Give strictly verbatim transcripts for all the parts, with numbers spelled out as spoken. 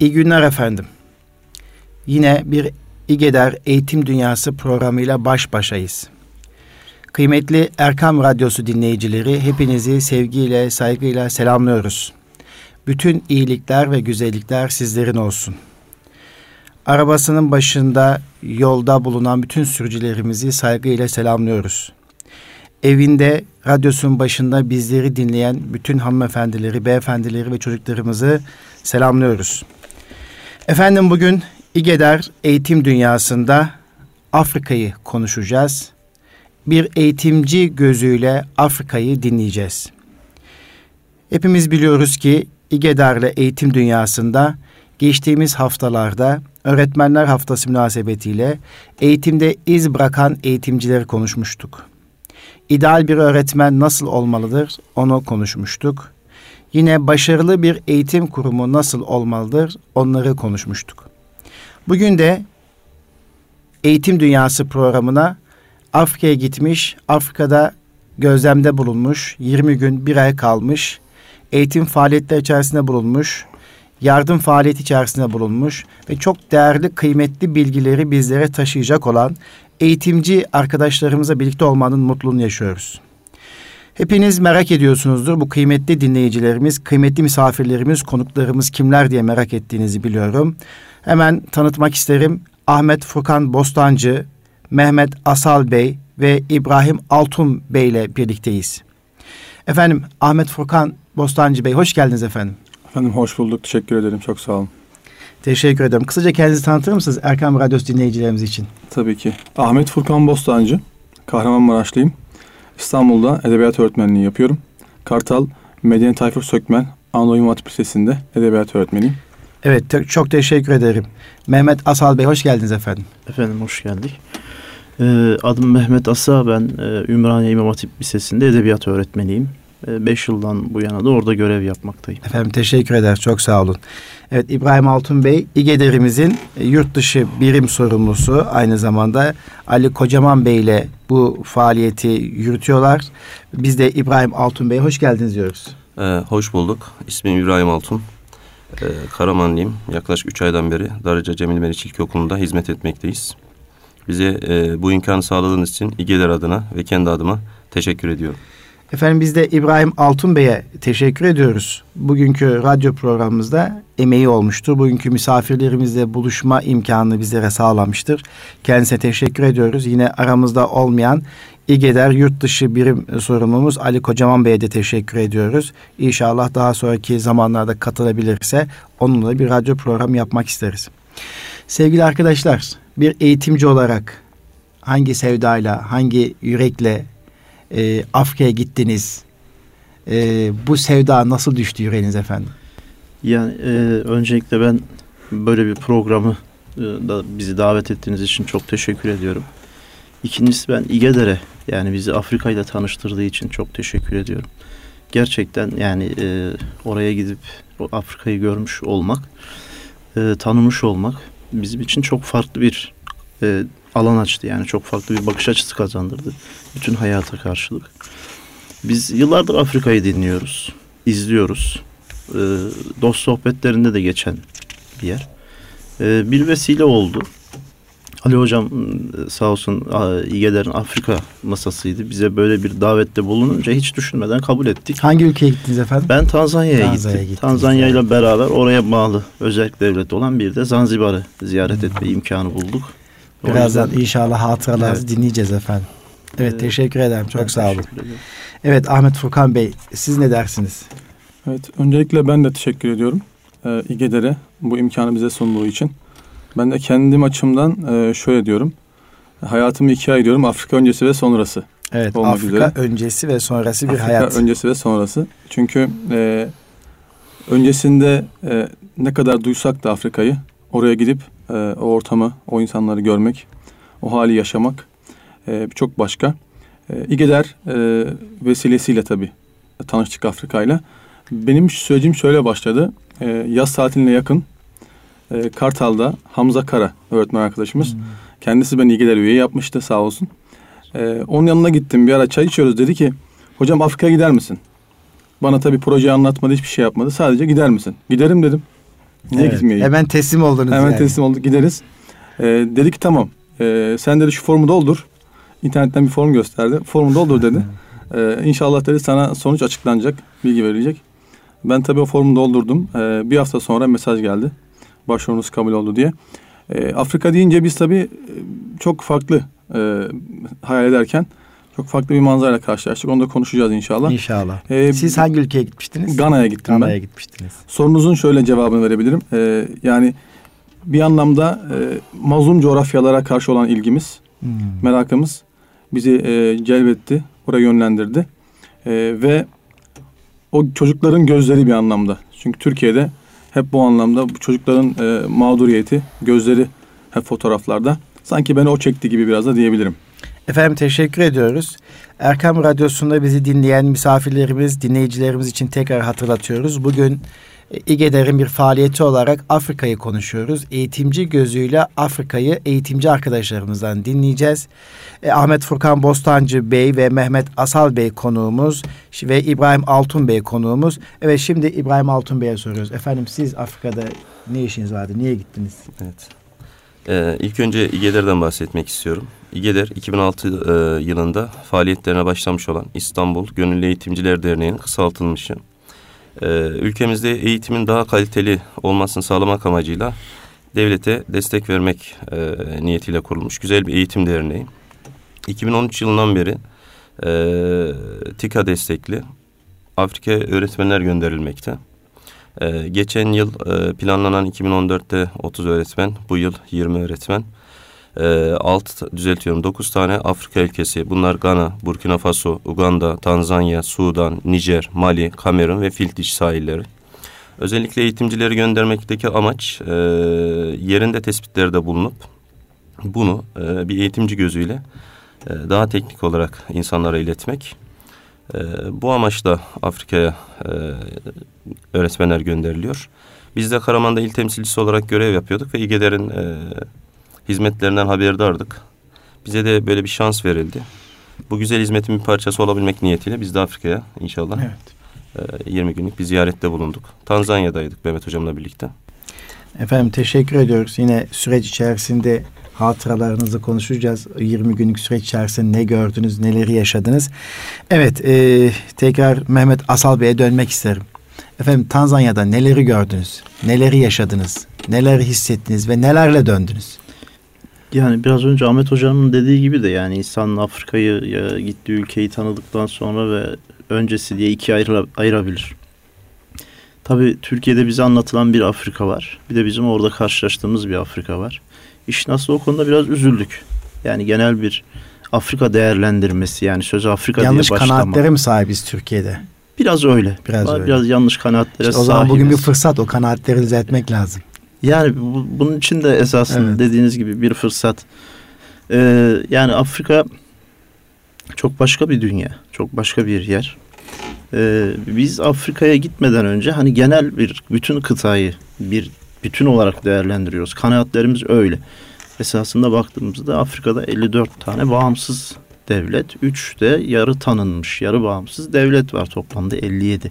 İyi günler efendim. Yine bir İGEDER Eğitim Dünyası programıyla baş başayız. Kıymetli Erkam Radyosu dinleyicileri, hepinizi sevgiyle, saygıyla selamlıyoruz. Bütün iyilikler ve güzellikler sizlerin olsun. Arabasının başında, yolda bulunan bütün sürücülerimizi saygıyla selamlıyoruz. Evinde, radyosunun başında bizleri dinleyen bütün hanımefendileri, beyefendileri ve çocuklarımızı selamlıyoruz. Efendim, bugün İGEDER Eğitim Dünyası'nda Afrika'yı konuşacağız. Bir eğitimci gözüyle Afrika'yı dinleyeceğiz. Hepimiz biliyoruz ki İGEDER'le Eğitim Dünyası'nda geçtiğimiz haftalarda Öğretmenler Haftası münasebetiyle eğitimde iz bırakan eğitimcileri konuşmuştuk. İdeal bir öğretmen nasıl olmalıdır onu konuşmuştuk. Yine başarılı bir eğitim kurumu nasıl olmalıdır onları konuşmuştuk. Bugün de Eğitim Dünyası programına Afrika'ya gitmiş, Afrika'da gözlemde bulunmuş, yirmi gün bir ay kalmış, eğitim faaliyetleri içerisinde bulunmuş, yardım faaliyeti içerisinde bulunmuş ve çok değerli, kıymetli bilgileri bizlere taşıyacak olan eğitimci arkadaşlarımızla birlikte olmanın mutluluğunu yaşıyoruz. Hepiniz merak ediyorsunuzdur, bu kıymetli dinleyicilerimiz, kıymetli misafirlerimiz, konuklarımız kimler diye merak ettiğinizi biliyorum. Hemen tanıtmak isterim. Ahmet Furkan Bostancı, Mehmet Asal Bey ve İbrahim Altun Bey ile birlikteyiz. Efendim, Ahmet Furkan Bostancı Bey, hoş geldiniz efendim. Efendim hoş bulduk, teşekkür ederim, çok sağ olun. Teşekkür ederim. Kısaca kendinizi tanıtır mısınız Erkam Radyosu dinleyicilerimiz için? Tabii ki. Ahmet Furkan Bostancı, Kahramanmaraşlıyım. İstanbul'da edebiyat öğretmenliği yapıyorum. Kartal Medeniyet Tayfur Sökmen Anadolu İmam Hatip Lisesi'nde edebiyat öğretmeniyim. Evet, te- çok teşekkür ederim. Mehmet Asal Bey, hoş geldiniz efendim. Efendim hoş geldik. Ee, adım Mehmet Asa, ben e, Ümraniye İmam Hatip Lisesi'nde edebiyat öğretmeniyim. Beş yıldan bu yana da orada görev yapmaktayım. Efendim teşekkür ederiz, çok sağ olun. Evet, İbrahim Altun Bey, İGEDER'imizin e, yurt dışı birim sorumlusu, aynı zamanda Ali Kocaman Bey ile bu faaliyeti yürütüyorlar. Biz de İbrahim Altun Bey'e hoş geldiniz diyoruz. Ee, hoş bulduk. İsmim İbrahim Altun. Ee, Karamanlıyım. Yaklaşık üç aydan beri Darıca Cemil Meriç İlkokulu'nda hizmet etmekteyiz. Bize e, bu imkanı sağladığınız için İGEDER adına ve kendi adıma teşekkür ediyorum. Efendim, biz de İbrahim Altun Bey'e teşekkür ediyoruz. Bugünkü radyo programımızda emeği olmuştur. Bugünkü misafirlerimizle buluşma imkanını bizlere sağlamıştır. Kendisine teşekkür ediyoruz. Yine aramızda olmayan İGEDER yurt dışı birim sorumlumuz Ali Kocaman Bey'e de teşekkür ediyoruz. İnşallah daha sonraki zamanlarda katılabilirse onunla bir radyo programı yapmak isteriz. Sevgili arkadaşlar, bir eğitimci olarak hangi sevdayla, hangi yürekle E, Afrika'ya gittiniz? E, bu sevda nasıl düştü yüreğinize efendim? Yani e, öncelikle ben böyle bir programı e, da bizi davet ettiğiniz için çok teşekkür ediyorum. İkincisi, ben İGEDER'e, yani bizi Afrika ile tanıştırdığı için çok teşekkür ediyorum. Gerçekten yani e, oraya gidip o Afrika'yı görmüş olmak, e, tanımış olmak bizim için çok farklı bir e, alan açtı. Yani çok farklı bir bakış açısı kazandırdı bütün hayata karşılık. Biz yıllardır Afrika'yı dinliyoruz, izliyoruz. Ee, dost sohbetlerinde de geçen bir yer. Ee, bir vesile oldu. Ali Hocam sağ olsun İGEDER'in Afrika masasıydı. Bize böyle bir davette bulununca hiç düşünmeden kabul ettik. Hangi ülkeye gittiniz efendim? Ben Tanzanya'ya Tanzanya gittim. Tanzanya ile beraber oraya bağlı özel devlet olan bir de Zanzibar'ı ziyaret hmm. etme imkanı bulduk. Birazdan inşallah hatıralarınızı evet. dinleyeceğiz efendim. Evet, teşekkür ederim. Çok sağ olun. Evet, Ahmet Furkan Bey, siz ne dersiniz? Evet, öncelikle ben de teşekkür ediyorum ee, İGEDER'e bu imkanı bize sunduğu için. Ben de kendim açımdan e, şöyle diyorum. Hayatımı ikiye ayırıyorum, Afrika öncesi ve sonrası. Evet, Afrika üzere. öncesi ve sonrası bir Afrika hayat. Afrika öncesi ve sonrası. Çünkü e, öncesinde e, ne kadar duysak da Afrika'yı, oraya gidip e, o ortamı, o insanları görmek, o hali yaşamak e, çok başka. E, İGEDER e, vesilesiyle tabii tanıştık Afrika'yla. Benim sürecim şöyle başladı. E, yaz tatiline yakın e, Kartal'da Hamza Kara öğretmen arkadaşımız. Hmm. Kendisi beni İGEDER üye yapmıştı sağ olsun. E, onun yanına gittim, bir ara çay içiyoruz, dedi ki hocam Afrika'ya gider misin? Bana tabii projeyi anlatmadı, hiçbir şey yapmadı. Sadece gider misin? Giderim dedim. Niye evet. gitmeyeyim? Hemen teslim oldunuz Hemen yani. teslim olduk, gideriz. Ee, dedi ki tamam. Ee, sen dedi şu formu doldur. İnternetten bir form gösterdi. Formu doldur dedi. Ee, İnşallah dedi sana sonuç açıklanacak, bilgi verilecek. Ben tabii o formu doldurdum. Ee, bir hafta sonra mesaj geldi. Başvurunuz kabul oldu diye. Ee, Afrika deyince biz tabii çok farklı e, hayal ederken çok farklı bir manzarayla karşılaştık. Onu da konuşacağız inşallah. İnşallah. Ee, Siz hangi ülkeye gitmiştiniz? Gana'ya gittim Gana'ya ben. gitmiştiniz. Sorunuzun şöyle cevabını verebilirim. Ee, yani bir anlamda e, mazlum coğrafyalara karşı olan ilgimiz, hmm. merakımız bizi e, celbetti, oraya yönlendirdi. E, ve o çocukların gözleri bir anlamda. Çünkü Türkiye'de hep bu anlamda bu çocukların e, mağduriyeti, gözleri hep fotoğraflarda. Sanki beni o çekti gibi biraz da diyebilirim. Efendim teşekkür ediyoruz. Erkam Radyosu'nda bizi dinleyen misafirlerimiz, dinleyicilerimiz için tekrar hatırlatıyoruz. Bugün İGEDER'in bir faaliyeti olarak Afrika'yı konuşuyoruz. Eğitimci gözüyle Afrika'yı eğitimci arkadaşlarımızdan dinleyeceğiz. E, Ahmet Furkan Bostancı Bey ve Mehmet Asal Bey konuğumuz ve İbrahim Altun Bey konuğumuz. Evet, şimdi İbrahim Altun Bey'e soruyoruz. Efendim siz Afrika'da ne işiniz vardı? Niye gittiniz? Evet. Ee, ilk önce İGEDER'den bahsetmek istiyorum. İGEDER iki bin altı e, yılında faaliyetlerine başlamış olan İstanbul Gönüllü Eğitimciler Derneği'nin kısaltılmışı. Ee, ülkemizde eğitimin daha kaliteli olmasını sağlamak amacıyla devlete destek vermek e, niyetiyle kurulmuş güzel bir eğitim derneği. iki bin on üç yılından beri e, TİKA destekli Afrika'ya öğretmenler gönderilmekte. Ee, geçen yıl e, planlanan iki bin on dörtte otuz öğretmen, bu yıl yirmi öğretmen. Ee, altı düzeltiyorum dokuz tane Afrika ülkesi, bunlar Gana, Burkina Faso, Uganda, Tanzanya, Sudan, Nijer, Mali, Kamerun ve Fildiş sahilleri. Özellikle eğitimcileri göndermekteki amaç e, yerinde tespitlerde bulunup bunu e, bir eğitimci gözüyle e, daha teknik olarak insanlara iletmek. E, bu amaçla Afrika'ya e, öğretmenler gönderiliyor. Biz de Karaman'da il temsilcisi olarak görev yapıyorduk ve İGEDER'in e, hizmetlerinden haberdardık. Bize de böyle bir şans verildi. Bu güzel hizmetin bir parçası olabilmek niyetiyle biz de Afrika'ya inşallah evet. e, yirmi günlük bir ziyarette bulunduk. Tanzanya'daydık Mehmet Hocam'la birlikte. Efendim teşekkür ediyoruz. Yine süreç içerisinde hatıralarınızı konuşacağız. yirmi günlük süreç içerisinde ne gördünüz, neleri yaşadınız? Evet, e, tekrar Mehmet Asal Bey'e dönmek isterim. Efendim Tanzanya'da neleri gördünüz, neleri yaşadınız, neler hissettiniz ve nelerle döndünüz? Yani biraz önce Ahmet Hocam'ın dediği gibi de yani insan Afrika'yı ya, gittiği ülkeyi tanıdıktan sonra ve öncesi diye ikiye ayıra, ayırabilir. Tabii Türkiye'de bize anlatılan bir Afrika var. Bir de bizim orada karşılaştığımız bir Afrika var. İşin aslı o konuda biraz üzüldük. Yani genel bir Afrika değerlendirmesi, yani sözü Afrika yanlış diye başlama. Yanlış kanaatlere mi sahibiz Türkiye'de? Biraz öyle. Biraz, biraz, öyle. biraz yanlış kanaatlere işte o zaman sahibiz. Bugün bir fırsat o kanaatleri düzeltmek lazım. Yani bu, bunun için de esasında evet. dediğiniz gibi bir fırsat. Ee, yani Afrika çok başka bir dünya. Çok başka bir yer. Ee, biz Afrika'ya gitmeden önce hani genel bir bütün kıtayı bir bütün olarak değerlendiriyoruz. Kanaatlerimiz öyle. Esasında baktığımızda Afrika'da elli dört tane bağımsız devlet, üç de yarı tanınmış, yarı bağımsız devlet var. Toplamda elli yedi.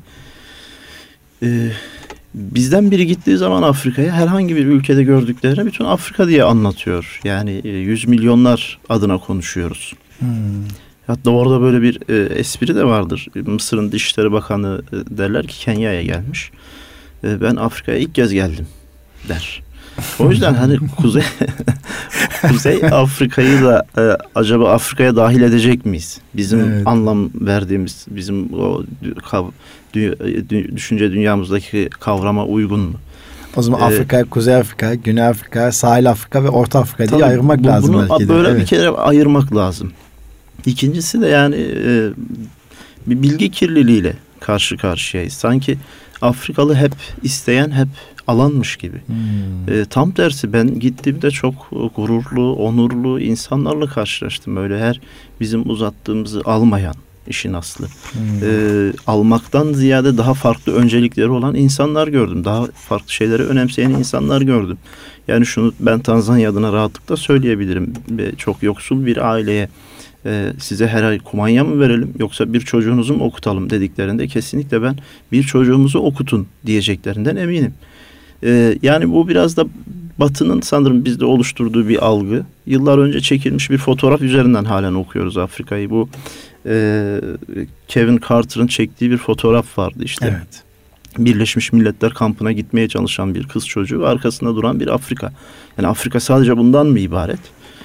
Ee, bizden biri gittiği zaman Afrika'ya herhangi bir ülkede gördüklerini bütün Afrika diye anlatıyor. Yani yüz milyonlar adına konuşuyoruz. Hmm. Hatta orada böyle bir e, espri de vardır. Mısır'ın Dışişleri Bakanı e, derler ki Kenya'ya gelmiş. E, ben Afrika'ya ilk kez geldim der. O yüzden hani Kuzey Kuzey Afrika'yı da e, acaba Afrika'ya dahil edecek miyiz? Bizim evet. anlam verdiğimiz, bizim o kav, dü, dü, düşünce dünyamızdaki kavrama uygun mu? O zaman ee, Afrika, Kuzey Afrika, Güney Afrika, Sahil Afrika ve Orta Afrika diye ayırmak bu, lazım. Bunu belki de. böyle evet. bir kere ayırmak lazım. İkincisi de yani e, bir bilgi kirliliğiyle karşı karşıyayız. Sanki Afrikalı hep isteyen, hep alanmış gibi. Hmm. E, tam tersi ben gittiğimde çok gururlu, onurlu insanlarla karşılaştım. Öyle her bizim uzattığımızı almayan işin aslı. Hmm. E, almaktan ziyade daha farklı öncelikleri olan insanlar gördüm. Daha farklı şeyleri önemseyen insanlar gördüm. Yani şunu ben Tanzanya adına rahatlıkla söyleyebilirim. Çok yoksul bir aileye Ee, size her ay kumanya mı verelim yoksa bir çocuğunuzu mu okutalım dediklerinde kesinlikle ben bir çocuğumuzu okutun diyeceklerinden eminim. Ee, yani bu biraz da Batı'nın sanırım bizde oluşturduğu bir algı. Yıllar önce çekilmiş bir fotoğraf üzerinden halen okuyoruz Afrika'yı. Bu e, Kevin Carter'ın çektiği bir fotoğraf vardı işte. Evet. Birleşmiş Milletler kampına gitmeye çalışan bir kız çocuğu ve arkasında duran bir Afrika. Yani Afrika sadece bundan mı ibaret?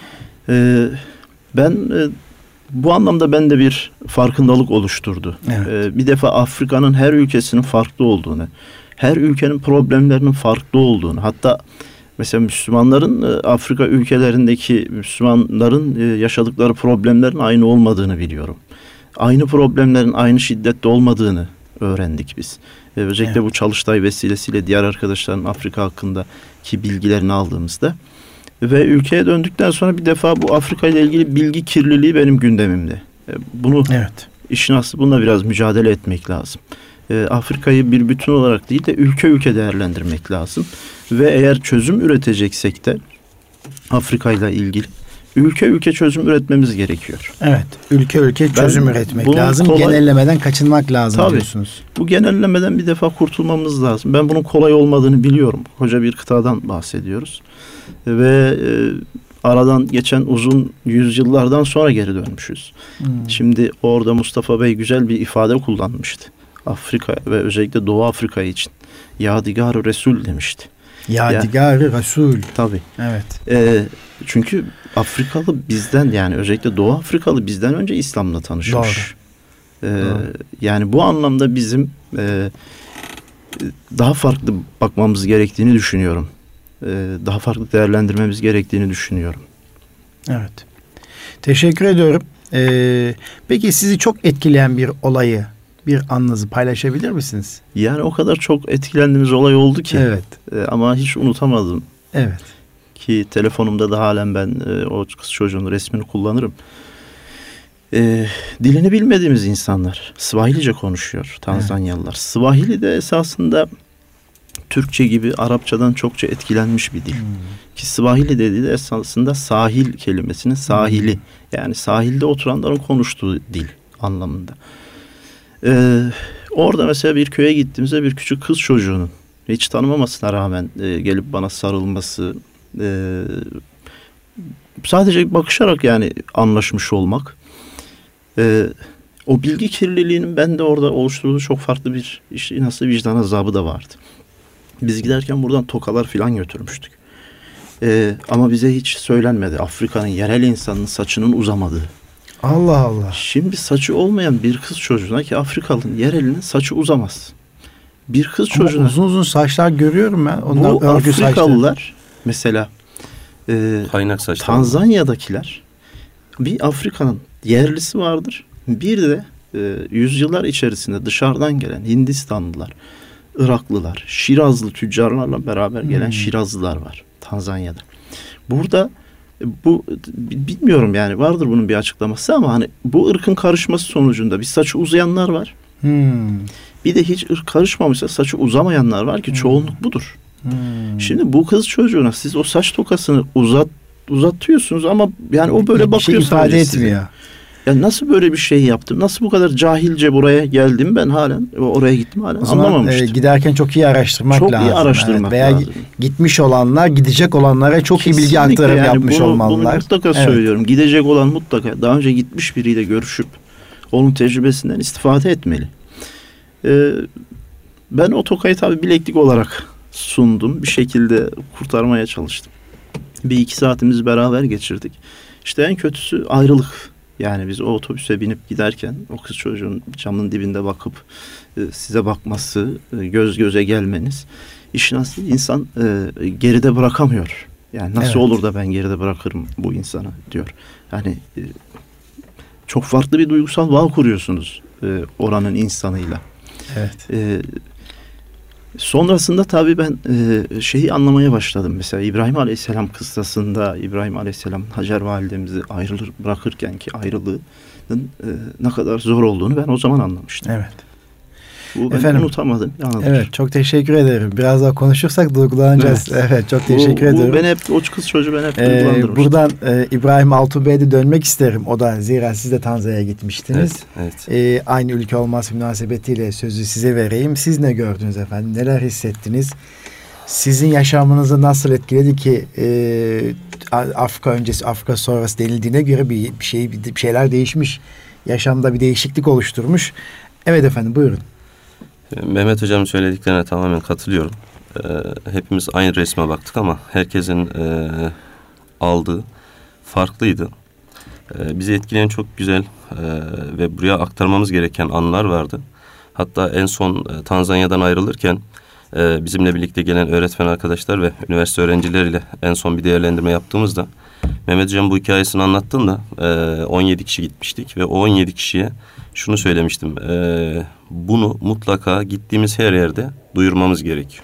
Ee, ben e, bu anlamda bende bir farkındalık oluşturdu. Evet. Ee, bir defa Afrika'nın her ülkesinin farklı olduğunu, her ülkenin problemlerinin farklı olduğunu, hatta mesela Müslümanların e, Afrika ülkelerindeki Müslümanların e, yaşadıkları problemlerin aynı olmadığını biliyorum. Aynı problemlerin aynı şiddette olmadığını öğrendik biz. E, özellikle evet. bu Çalıştay vesilesiyle diğer arkadaşların Afrika hakkındaki bilgilerini aldığımızda ve ülkeye döndükten sonra bir defa bu Afrika ile ilgili bilgi kirliliği benim gündemimde. E, bunu evet. işin aslı bununla biraz mücadele etmek lazım. E, Afrika'yı bir bütün olarak değil de ülke ülke değerlendirmek lazım. Ve eğer çözüm üreteceksek de Afrika ile ilgili ülke ülke çözüm üretmemiz gerekiyor. Evet, ülke ülke çözüm ben üretmek lazım. Kolay, genellemeden kaçınmak lazım tabii, diyorsunuz. Bu genellemeden bir defa kurtulmamız lazım. Ben bunun kolay olmadığını biliyorum. Koca bir kıtadan bahsediyoruz. Ve e, aradan geçen uzun yüzyıllardan sonra geri dönmüşüz. Hmm. Şimdi orada Mustafa Bey güzel bir ifade kullanmıştı. Afrika ve özellikle Doğu Afrika için. Yadigar-ı Resul demişti. Yadigar-ı yani, Resul. Tabii. Evet. E, çünkü Afrikalı bizden yani özellikle Doğu Afrikalı bizden önce İslam'la tanışmış. Doğru. Ee, Doğru. Yani bu anlamda bizim e, daha farklı bakmamız gerektiğini düşünüyorum. Ee, daha farklı değerlendirmemiz gerektiğini düşünüyorum. Evet. Teşekkür ediyorum. Ee, peki sizi çok etkileyen bir olayı, bir anınızı paylaşabilir misiniz? Yani o kadar çok etkilendiğimiz olay oldu ki. Evet. E, ama hiç unutamadım. Evet. Ki telefonumda da halen ben e, o kız çocuğun resmini kullanırım. E, dilini bilmediğimiz insanlar Swahilice konuşuyor Tanzanyalılar. Evet. Swahili de esasında Türkçe gibi Arapçadan çokça etkilenmiş bir dil. Hmm. Ki Swahili dediği de esasında sahil kelimesinin sahili. Hmm. Yani sahilde oturanların konuştuğu dil anlamında. E, orada mesela bir köye gittiğimizde bir küçük kız çocuğunun hiç tanımamasına rağmen e, gelip bana sarılması, Ee, sadece bakışarak yani anlaşmış olmak ee, o bilgi kirliliğinin bende orada oluşturduğu çok farklı bir işte nasıl vicdan azabı da vardı. Biz giderken buradan tokalar filan götürmüştük ee, ama bize hiç söylenmedi Afrika'nın yerel insanının saçının uzamadığı. Allah Allah. Şimdi saçı olmayan bir kız çocuğuna ki Afrikalı'nın yerelinin saçı uzamaz. Bir kız ama çocuğuna uzun uzun saçlar görüyorum ben. Onlar bu Afrikalılar saçları. Mesela e, kaynak saçlar. Tanzanya'dakiler bir Afrika'nın yerlisi vardır. Bir de e, yüzyıllar içerisinde dışarıdan gelen Hindistanlılar, Iraklılar, Şirazlı tüccarlarla beraber gelen hmm. Şirazlılar var Tanzanya'da. Burada bu bilmiyorum yani vardır bunun bir açıklaması ama hani bu ırkın karışması sonucunda bir saçı uzayanlar var. Hmm. Bir de hiç ırk karışmamışsa saçı uzamayanlar var ki hmm. çoğunluk budur. Hmm. Şimdi bu kız çocuğuna siz o saç tokasını uzat uzatıyorsunuz ama yani o böyle bakıyor, şey ifade etmiyor. Yani nasıl böyle bir şey yaptım? Nasıl bu kadar cahilce buraya geldim ben halen oraya gittim halen anlamamıştım. E, giderken çok iyi araştırmak çok lazım. Çok iyi araştırmak evet, veya lazım. Gitmiş olanlar, gidecek olanlara çok kesinlikle iyi bilgi aktarım yani yapmış bunu, olmalılar. Bunu mutlaka evet. söylüyorum. Gidecek olan mutlaka daha önce gitmiş biriyle görüşüp onun tecrübesinden istifade etmeli. Ee, ben o tokayı tabii bileklik olarak sundum. Bir şekilde kurtarmaya çalıştım. Bir iki saatimizi beraber geçirdik. İşte en kötüsü ayrılık. Yani biz o otobüse binip giderken o kız çocuğun camın dibinde bakıp e, size bakması, e, göz göze gelmeniz. İşin aslı insan e, geride bırakamıyor. Yani nasıl evet. olur da ben geride bırakırım bu insanı diyor. Yani e, çok farklı bir duygusal bağ kuruyorsunuz e, oranın insanıyla. Evet. E, sonrasında tabii ben e, şeyi anlamaya başladım. Mesela İbrahim Aleyhisselam kıssasında İbrahim Aleyhisselam Hacer validemizi ayrılır bırakırken ki ayrılığın e, ne kadar zor olduğunu ben o zaman anlamıştım. Evet. Bu ben Efendim, unutamadım. Yanılır. Evet, çok teşekkür ederim. Biraz daha konuşursak duygulanacağız. Evet, evet çok teşekkür bu, ediyorum. Bu ben hep o kız çocuğu ben hep duygulandırmıştım. Ee, buradan e, İbrahim Altuğ Bey'e de dönmek isterim. O da zira siz de Tanzanya'ya gitmiştiniz. Evet, evet. Ee, aynı ülke olması münasebetiyle sözü size vereyim. Siz ne gördünüz efendim? Neler hissettiniz? sizin yaşamınızı nasıl etkiledi ki e, Afrika öncesi, Afrika sonrası denildiğine göre bir, bir şey bir şeyler değişmiş. Yaşamda bir değişiklik oluşturmuş. Evet efendim, buyurun. Mehmet Hocam'ın söylediklerine tamamen katılıyorum. Ee, hepimiz aynı resme baktık ama herkesin e, aldığı farklıydı. Ee, bizi etkileyen çok güzel e, ve buraya aktarmamız gereken anılar vardı. Hatta en son e, Tanzanya'dan ayrılırken e, bizimle birlikte gelen öğretmen arkadaşlar ve üniversite öğrencileriyle en son bir değerlendirme yaptığımızda Mehmet Hocam bu hikayesini anlattığında e, on yedi kişi gitmiştik ve o on yedi kişiye şunu söylemiştim. E, bunu mutlaka gittiğimiz her yerde duyurmamız gerekiyor.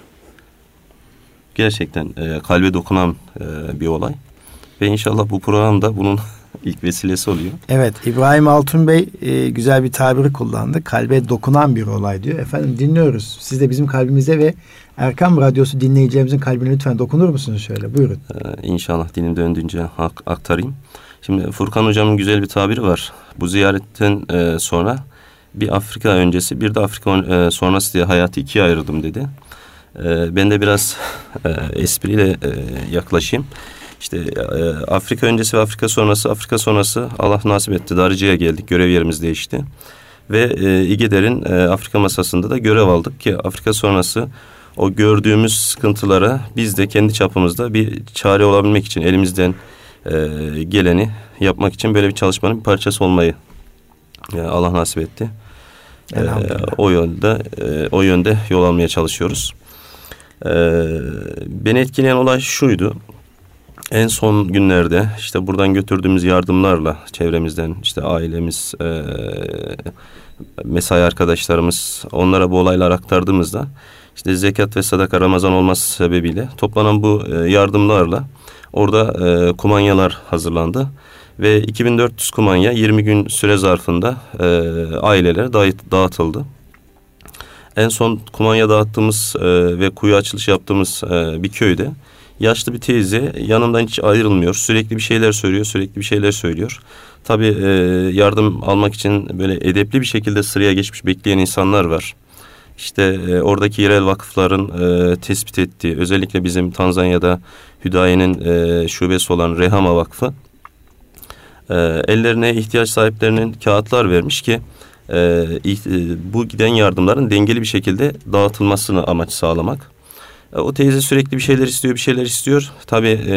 Gerçekten e, kalbe dokunan e, bir olay. Ve inşallah bu programda bunun ilk vesilesi oluyor. Evet, İbrahim Altun Bey e, güzel bir tabiri kullandı. Kalbe dokunan bir olay diyor. Efendim dinliyoruz. Siz de bizim kalbimize ve Erkam Radyosu dinleyicilerimizin kalbine lütfen dokunur musunuz şöyle? Buyurun. Ee, İnşallah dilim döndüğünce aktarayım. Şimdi Furkan Hocam'ın güzel bir tabiri var. Bu ziyaretten e, sonra bir Afrika öncesi bir de Afrika e, sonrası diye hayatı ikiye ayırdım dedi. E, ben de biraz e, espriyle e, yaklaşayım. İşte e, Afrika öncesi ve Afrika sonrası, Afrika sonrası Allah nasip etti. Darıcı'ya geldik, görev yerimiz değişti. Ve e, İGEDER'in e, Afrika masasında da görev aldık ki Afrika sonrası o gördüğümüz sıkıntılara biz de kendi çapımızda bir çare olabilmek için elimizden e, geleni yapmak için böyle bir çalışmanın bir parçası olmayı e, Allah nasip etti. E, o yönde e, o yönde yol almaya çalışıyoruz. E, beni etkileyen olay şuydu. En son günlerde işte buradan götürdüğümüz yardımlarla çevremizden işte ailemiz, e, mesai arkadaşlarımız onlara bu olayları aktardığımızda işte zekat ve sadaka Ramazan olması sebebiyle toplanan bu e, yardımlarla orada e, kumanyalar hazırlandı. Ve iki bin dört yüz kumanya yirmi gün süre zarfında e, ailelere dağıt, dağıtıldı. En son kumanya dağıttığımız e, ve kuyu açılışı yaptığımız e, bir köyde yaşlı bir teyze yanımdan hiç ayrılmıyor. Sürekli bir şeyler söylüyor, sürekli bir şeyler söylüyor. Tabii e, yardım almak için böyle edepli bir şekilde sıraya geçmiş bekleyen insanlar var. İşte e, oradaki yerel vakıfların e, tespit ettiği, özellikle bizim Tanzanya'da Hüdayi'nin e, şubesi olan Rehama Vakfı e, ellerine ihtiyaç sahiplerinin kağıtlar vermiş ki e, e, bu giden yardımların dengeli bir şekilde dağıtılmasını amaç sağlamak. E, o teyze sürekli bir şeyler istiyor, bir şeyler istiyor. Tabii e,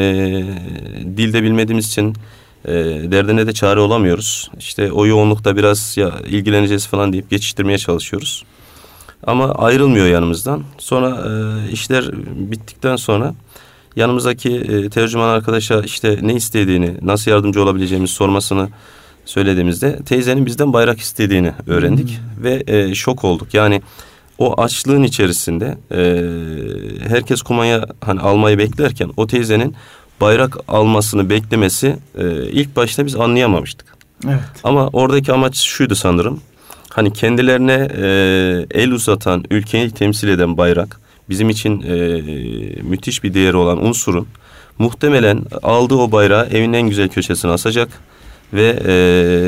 dilde bilmediğimiz için e, derdine de çare olamıyoruz. İşte o yoğunlukta biraz ya ilgileneceğiz falan deyip geçiştirmeye çalışıyoruz. Ama ayrılmıyor yanımızdan. Sonra e, işler bittikten sonra yanımızdaki e, tercüman arkadaşa işte ne istediğini, nasıl yardımcı olabileceğimizi sormasını söylediğimizde teyzenin bizden bayrak istediğini öğrendik. Hmm. Ve e, şok olduk. Yani o açlığın içerisinde e, herkes kumanya hani almayı beklerken o teyzenin bayrak almasını beklemesi e, ilk başta biz anlayamamıştık. Evet. Ama oradaki amaç şuydu sanırım. Hani kendilerine e, el uzatan, ülkeyi temsil eden bayrak, bizim için e, müthiş bir değeri olan unsurun muhtemelen aldığı o bayrağı evin en güzel köşesine asacak ve e,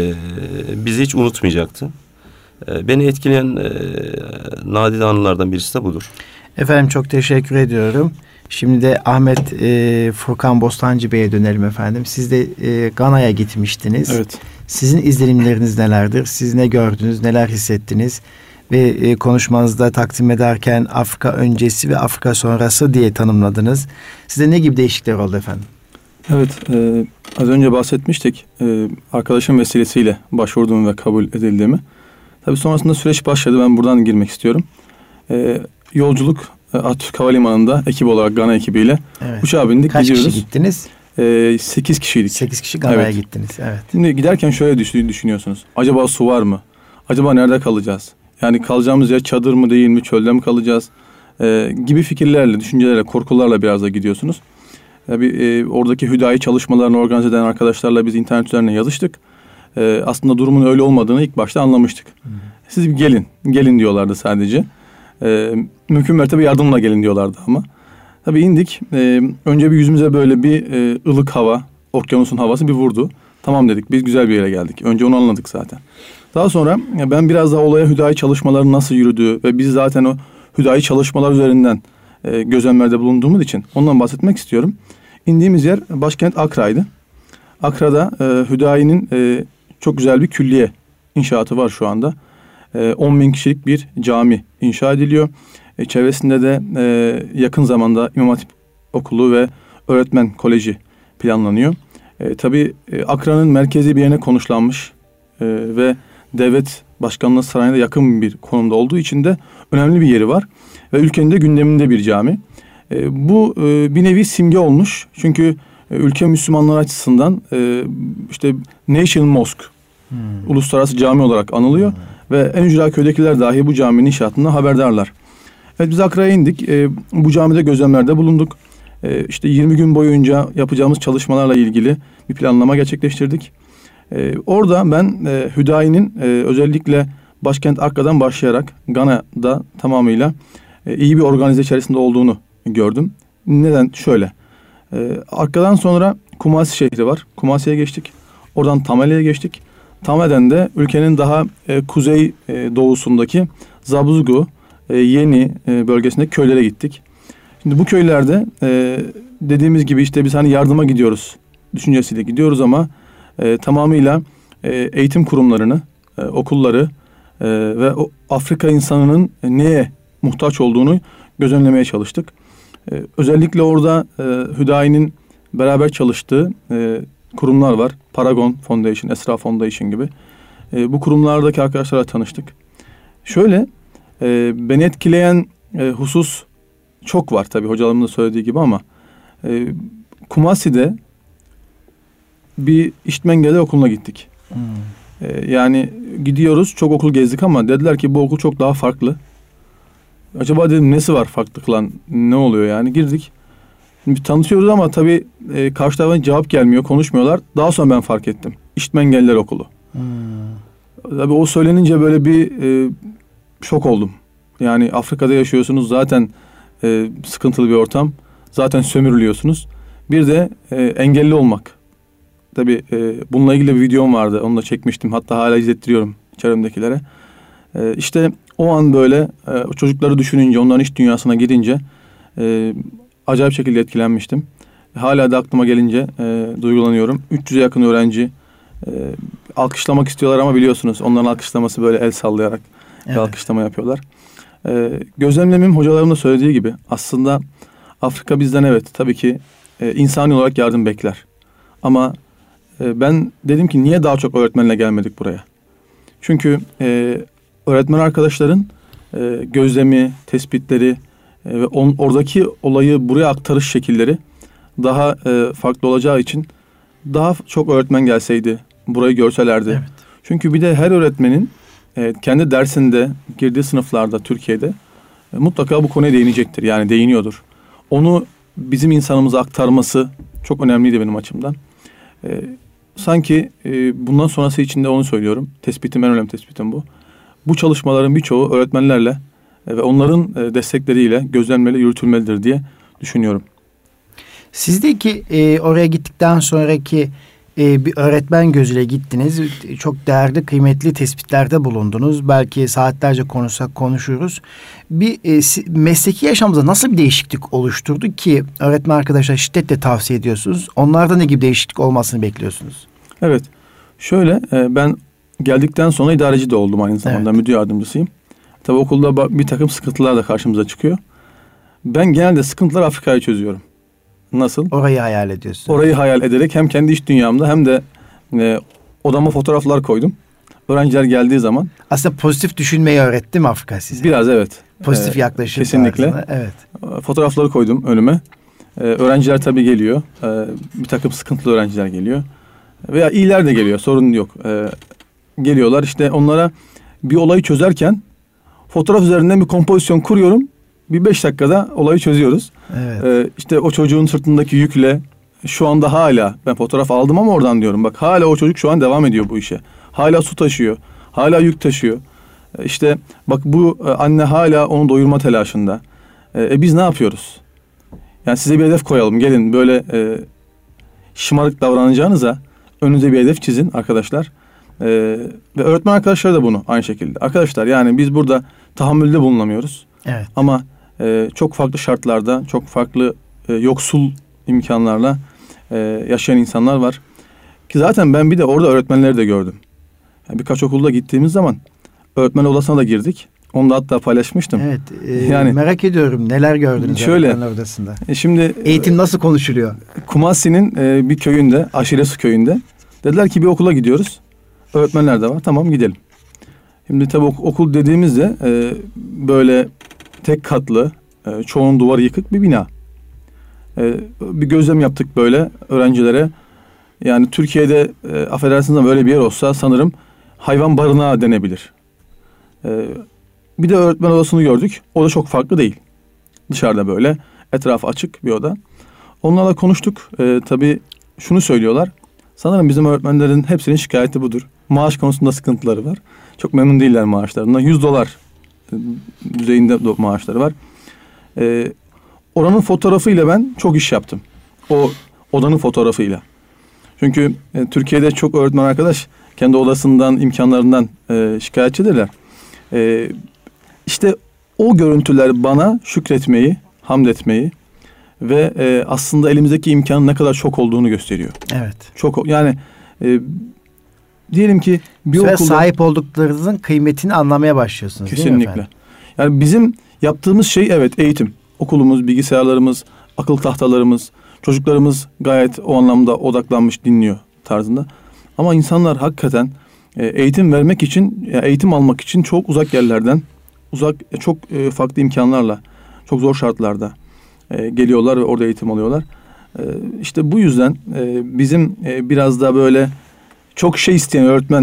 bizi hiç unutmayacaktı. E, beni etkileyen e, nadide anılardan birisi de budur. Efendim çok teşekkür ediyorum. Şimdi de Ahmet e, Furkan Bostancı Bey'e dönelim efendim. Siz de e, Gana'ya gitmiştiniz. Evet. Sizin izlenimleriniz nelerdir? Siz ne gördünüz, neler hissettiniz? Ve e, konuşmanızda takdim ederken Afrika öncesi ve Afrika sonrası diye tanımladınız. Size ne gibi değişiklikler oldu efendim? Evet, e, az önce bahsetmiştik. E, arkadaşım vesilesiyle başvurduğum ve kabul edildiğimi. Tabii sonrasında süreç başladı. Ben buradan girmek istiyorum. E, yolculuk Atatürk Havalimanı'nda ekip olarak Gana ekibiyle evet. uçağa bindik. Kaç gidiyoruz. kişi gittiniz? E, sekiz kişiydik. Sekiz kişi Gana'ya evet. gittiniz. Evet. Şimdi giderken şöyle düşünüyorsunuz. Acaba su var mı? Acaba nerede kalacağız? Yani kalacağımız yer çadır mı değil mi? Çölde mi kalacağız? E, gibi fikirlerle, düşüncelerle, korkularla biraz da gidiyorsunuz. Tabii e, oradaki hüdayi çalışmalarını organize eden arkadaşlarla biz internet üzerinden yazıştık. E, aslında durumun öyle olmadığını ilk başta anlamıştık. Hmm. Siz bir gelin, gelin diyorlardı sadece. E, mümkün mertebe yardımla gelin diyorlardı ama. Tabii indik. E, önce bir yüzümüze böyle bir e, ılık hava, okyanusun havası bir vurdu. Tamam dedik, biz güzel bir yere geldik. Önce onu anladık zaten. Daha sonra ben biraz daha olaya hüdayi çalışmaların nasıl yürüdüğü ve biz zaten o hüdayi çalışmalar üzerinden e, gözlemlerde bulunduğumuz için ondan bahsetmek istiyorum. İndiğimiz yer başkent Akra'ydı. Akra'da e, Hüdayi'nin e, çok güzel bir külliye inşaatı var şu anda. E, on bin kişilik bir cami inşa ediliyor. E, çevresinde de e, yakın zamanda İmam Hatip Okulu ve Öğretmen Koleji planlanıyor. E, tabii e, Akra'nın merkezi bir yerine konuşlanmış e, ve devlet başkanlığı sarayına yakın bir konumda olduğu için de önemli bir yeri var. Ve ülkenin de gündeminde bir cami. E, bu e, bir nevi simge olmuş. Çünkü e, ülke Müslümanlar açısından e, işte National Mosque, hmm. uluslararası cami olarak anılıyor. Hmm. Ve en ücra köydekiler dahi bu caminin inşaatından haberdarlar. Evet, biz Akra'ya indik. E, bu camide gözlemlerde bulunduk. E, işte yirmi gün boyunca yapacağımız çalışmalarla ilgili bir planlama gerçekleştirdik. E, orada ben e, Hüdayi'nin e, özellikle başkent Akra'dan başlayarak Gana'da tamamıyla e, iyi bir organize içerisinde olduğunu gördüm. Neden? Şöyle. E, Akra'dan sonra Kumasi şehri var. Kumasi'ye geçtik. Oradan Tamale'ye geçtik. Tame'den de ülkenin daha e, kuzey e, doğusundaki Zabuzgu, e, Yeni e, bölgesindeki köylere gittik. Şimdi bu köylerde e, dediğimiz gibi işte biz hani yardıma gidiyoruz düşüncesiyle gidiyoruz ama e, tamamıyla e, eğitim kurumlarını, e, okulları e, ve o Afrika insanının neye muhtaç olduğunu gözlemlemeye çalıştık. E, özellikle orada e, Hüdayi'nin beraber çalıştığı e, kurumlar var. Paragon Foundation, Esra Foundation gibi. E, bu kurumlardaki arkadaşlarla tanıştık. Şöyle e, beni etkileyen e, husus çok var tabii hocalarımın da söylediği gibi ama e, Kumasi'de bir işitme engelli okuluna gittik. Hmm. E, yani gidiyoruz, çok okul gezdik ama dediler ki bu okul çok daha farklı. Acaba dedim nesi var farklılık lan, ne oluyor yani, girdik. Şimdi tanışıyoruz ama tabii e, karşı taraftan cevap gelmiyor, konuşmuyorlar. Daha sonra ben fark ettim. İşitme engelliler okulu. Hmm. Tabii o söylenince böyle bir e, şok oldum. Yani Afrika'da yaşıyorsunuz, zaten e, sıkıntılı bir ortam. Zaten sömürülüyorsunuz. Bir de e, engelli olmak. Tabii e, bununla ilgili bir videom vardı. Onu da çekmiştim. Hatta hala izlettiriyorum çevremdekilere. E, işte o an böyle e, çocukları düşününce, onların iş dünyasına girince e, acayip şekilde etkilenmiştim. Hala da aklıma gelince e, duygulanıyorum. üç yüze yakın öğrenci e, alkışlamak istiyorlar ama biliyorsunuz onların alkışlaması böyle el sallayarak evet. alkışlama yapıyorlar. E, gözlemlemim hocalarımın da söylediği gibi aslında Afrika bizden evet tabii ki e, insani olarak yardım bekler. Ama e, ben dedim ki niye daha çok öğretmenle gelmedik buraya? Çünkü e, öğretmen arkadaşların e, gözlemi, tespitleri e, ve on, oradaki olayı buraya aktarış şekilleri daha e, farklı olacağı için daha çok öğretmen gelseydi, burayı görselerdi. Evet. Çünkü bir de her öğretmenin e, kendi dersinde, girdiği sınıflarda Türkiye'de e, mutlaka bu konuya değinecektir. Yani değiniyordur. Onu bizim insanımıza aktarması çok önemliydi benim açımdan. E, sanki e, bundan sonrası için de onu söylüyorum. Tespitim, en önemli tespitim bu. Bu çalışmaların birçoğu öğretmenlerle e, ve onların e, destekleriyle gözlenmeli, yürütülmelidir diye düşünüyorum. Sizdeki e, oraya gittikten sonraki e, bir öğretmen gözüyle gittiniz. Çok değerli, kıymetli tespitlerde bulundunuz. Belki saatlerce konuşsak konuşuruz. Bir e, mesleki yaşamımızda nasıl bir değişiklik oluşturdu ki öğretmen arkadaşlar şiddetle tavsiye ediyorsunuz? Onlarda ne gibi değişiklik olmasını bekliyorsunuz? Evet. Şöyle e, ben geldikten sonra idareci de oldum aynı zamanda. Evet. Müdür yardımcısıyım. Tabii okulda bir takım sıkıntılar da karşımıza çıkıyor. Ben genelde sıkıntıları Afrika'yı çözüyorum. Nasıl? Orayı hayal ediyorsun. Orayı hayal ederek hem kendi iş dünyamda hem de e, odama fotoğraflar koydum. Öğrenciler geldiği zaman. Aslında pozitif düşünmeyi öğretti mi Afrika size? Biraz evet. Pozitif e, yaklaşım. Kesinlikle. Tarzında. Evet. Fotoğrafları koydum önüme. E, öğrenciler tabii geliyor. E, bir takım sıkıntılı öğrenciler geliyor. Veya iyiler de geliyor. Sorun yok. E, geliyorlar işte onlara bir olayı çözerken fotoğraf üzerinden bir kompozisyon kuruyorum. Bir beş dakikada olayı çözüyoruz. Evet. Ee, işte o çocuğun sırtındaki yükle şu anda hala ben fotoğraf aldım ama oradan diyorum. Bak hala o çocuk şu an devam ediyor bu işe. Hala su taşıyor. Hala yük taşıyor. Ee, işte bak bu anne hala onu doyurma telaşında. Ee, e, biz ne yapıyoruz? Yani size bir hedef koyalım. Gelin böyle e, şımarık davranacağınıza önünüze bir hedef çizin arkadaşlar. Ee, ve öğretmen arkadaşlar da bunu aynı şekilde. Arkadaşlar yani biz burada tahammülde bulunamıyoruz. Evet. Ama e, çok farklı şartlarda, çok farklı e, yoksul imkanlarla e, yaşayan insanlar var. Ki zaten ben bir de orada öğretmenleri de gördüm. Yani birkaç okulda gittiğimiz zaman öğretmen odasına da girdik. Onu da hatta paylaşmıştım. Evet. E, yani merak ediyorum neler gördünüz şöyle, öğretmenler odasında. E, şimdi eğitim nasıl konuşuluyor? Kumasi'nin e, bir köyünde, Aşiresu köyünde dediler ki bir okula gidiyoruz. Öğretmenler de var. Tamam gidelim. Şimdi tabii okul dediğimizde e, böyle tek katlı, e, çoğunun duvarı yıkık bir bina. E, bir gözlem yaptık böyle öğrencilere. Yani Türkiye'de e, affedersiniz ama öyle bir yer olsa sanırım hayvan barınağı denebilir. E, bir de öğretmen odasını gördük. O da çok farklı değil. Dışarıda böyle etrafı açık bir oda. Onlarla konuştuk. E, tabii şunu söylüyorlar. Sanırım bizim öğretmenlerin hepsinin şikayeti budur. Maaş konusunda sıkıntıları var. Çok memnun değiller maaşlarından. yüz dolar düzeyinde maaşları var. Ee, oranın fotoğrafıyla ben çok iş yaptım. O odanın fotoğrafıyla. Çünkü e, Türkiye'de çok öğretmen arkadaş kendi odasından, imkanlarından e, şikayetçidirler. E, işte o görüntüler bana şükretmeyi, hamd etmeyi ve e, aslında elimizdeki imkanın ne kadar çok olduğunu gösteriyor. Evet. Çok yani e, diyelim ki bir okulda sahip olduklarınızın kıymetini anlamaya başlıyorsunuz. Kesinlikle. Değil mi efendim? Yani bizim yaptığımız şey evet eğitim. Okulumuz, bilgisayarlarımız, akıl tahtalarımız, çocuklarımız gayet o anlamda odaklanmış dinliyor tarzında. Ama insanlar hakikaten e, eğitim vermek için, eğitim almak için çok uzak yerlerden, uzak çok e, farklı imkanlarla, çok zor şartlarda e, geliyorlar ve orada eğitim alıyorlar. E, işte bu yüzden e, bizim e, biraz da böyle çok şey isteyen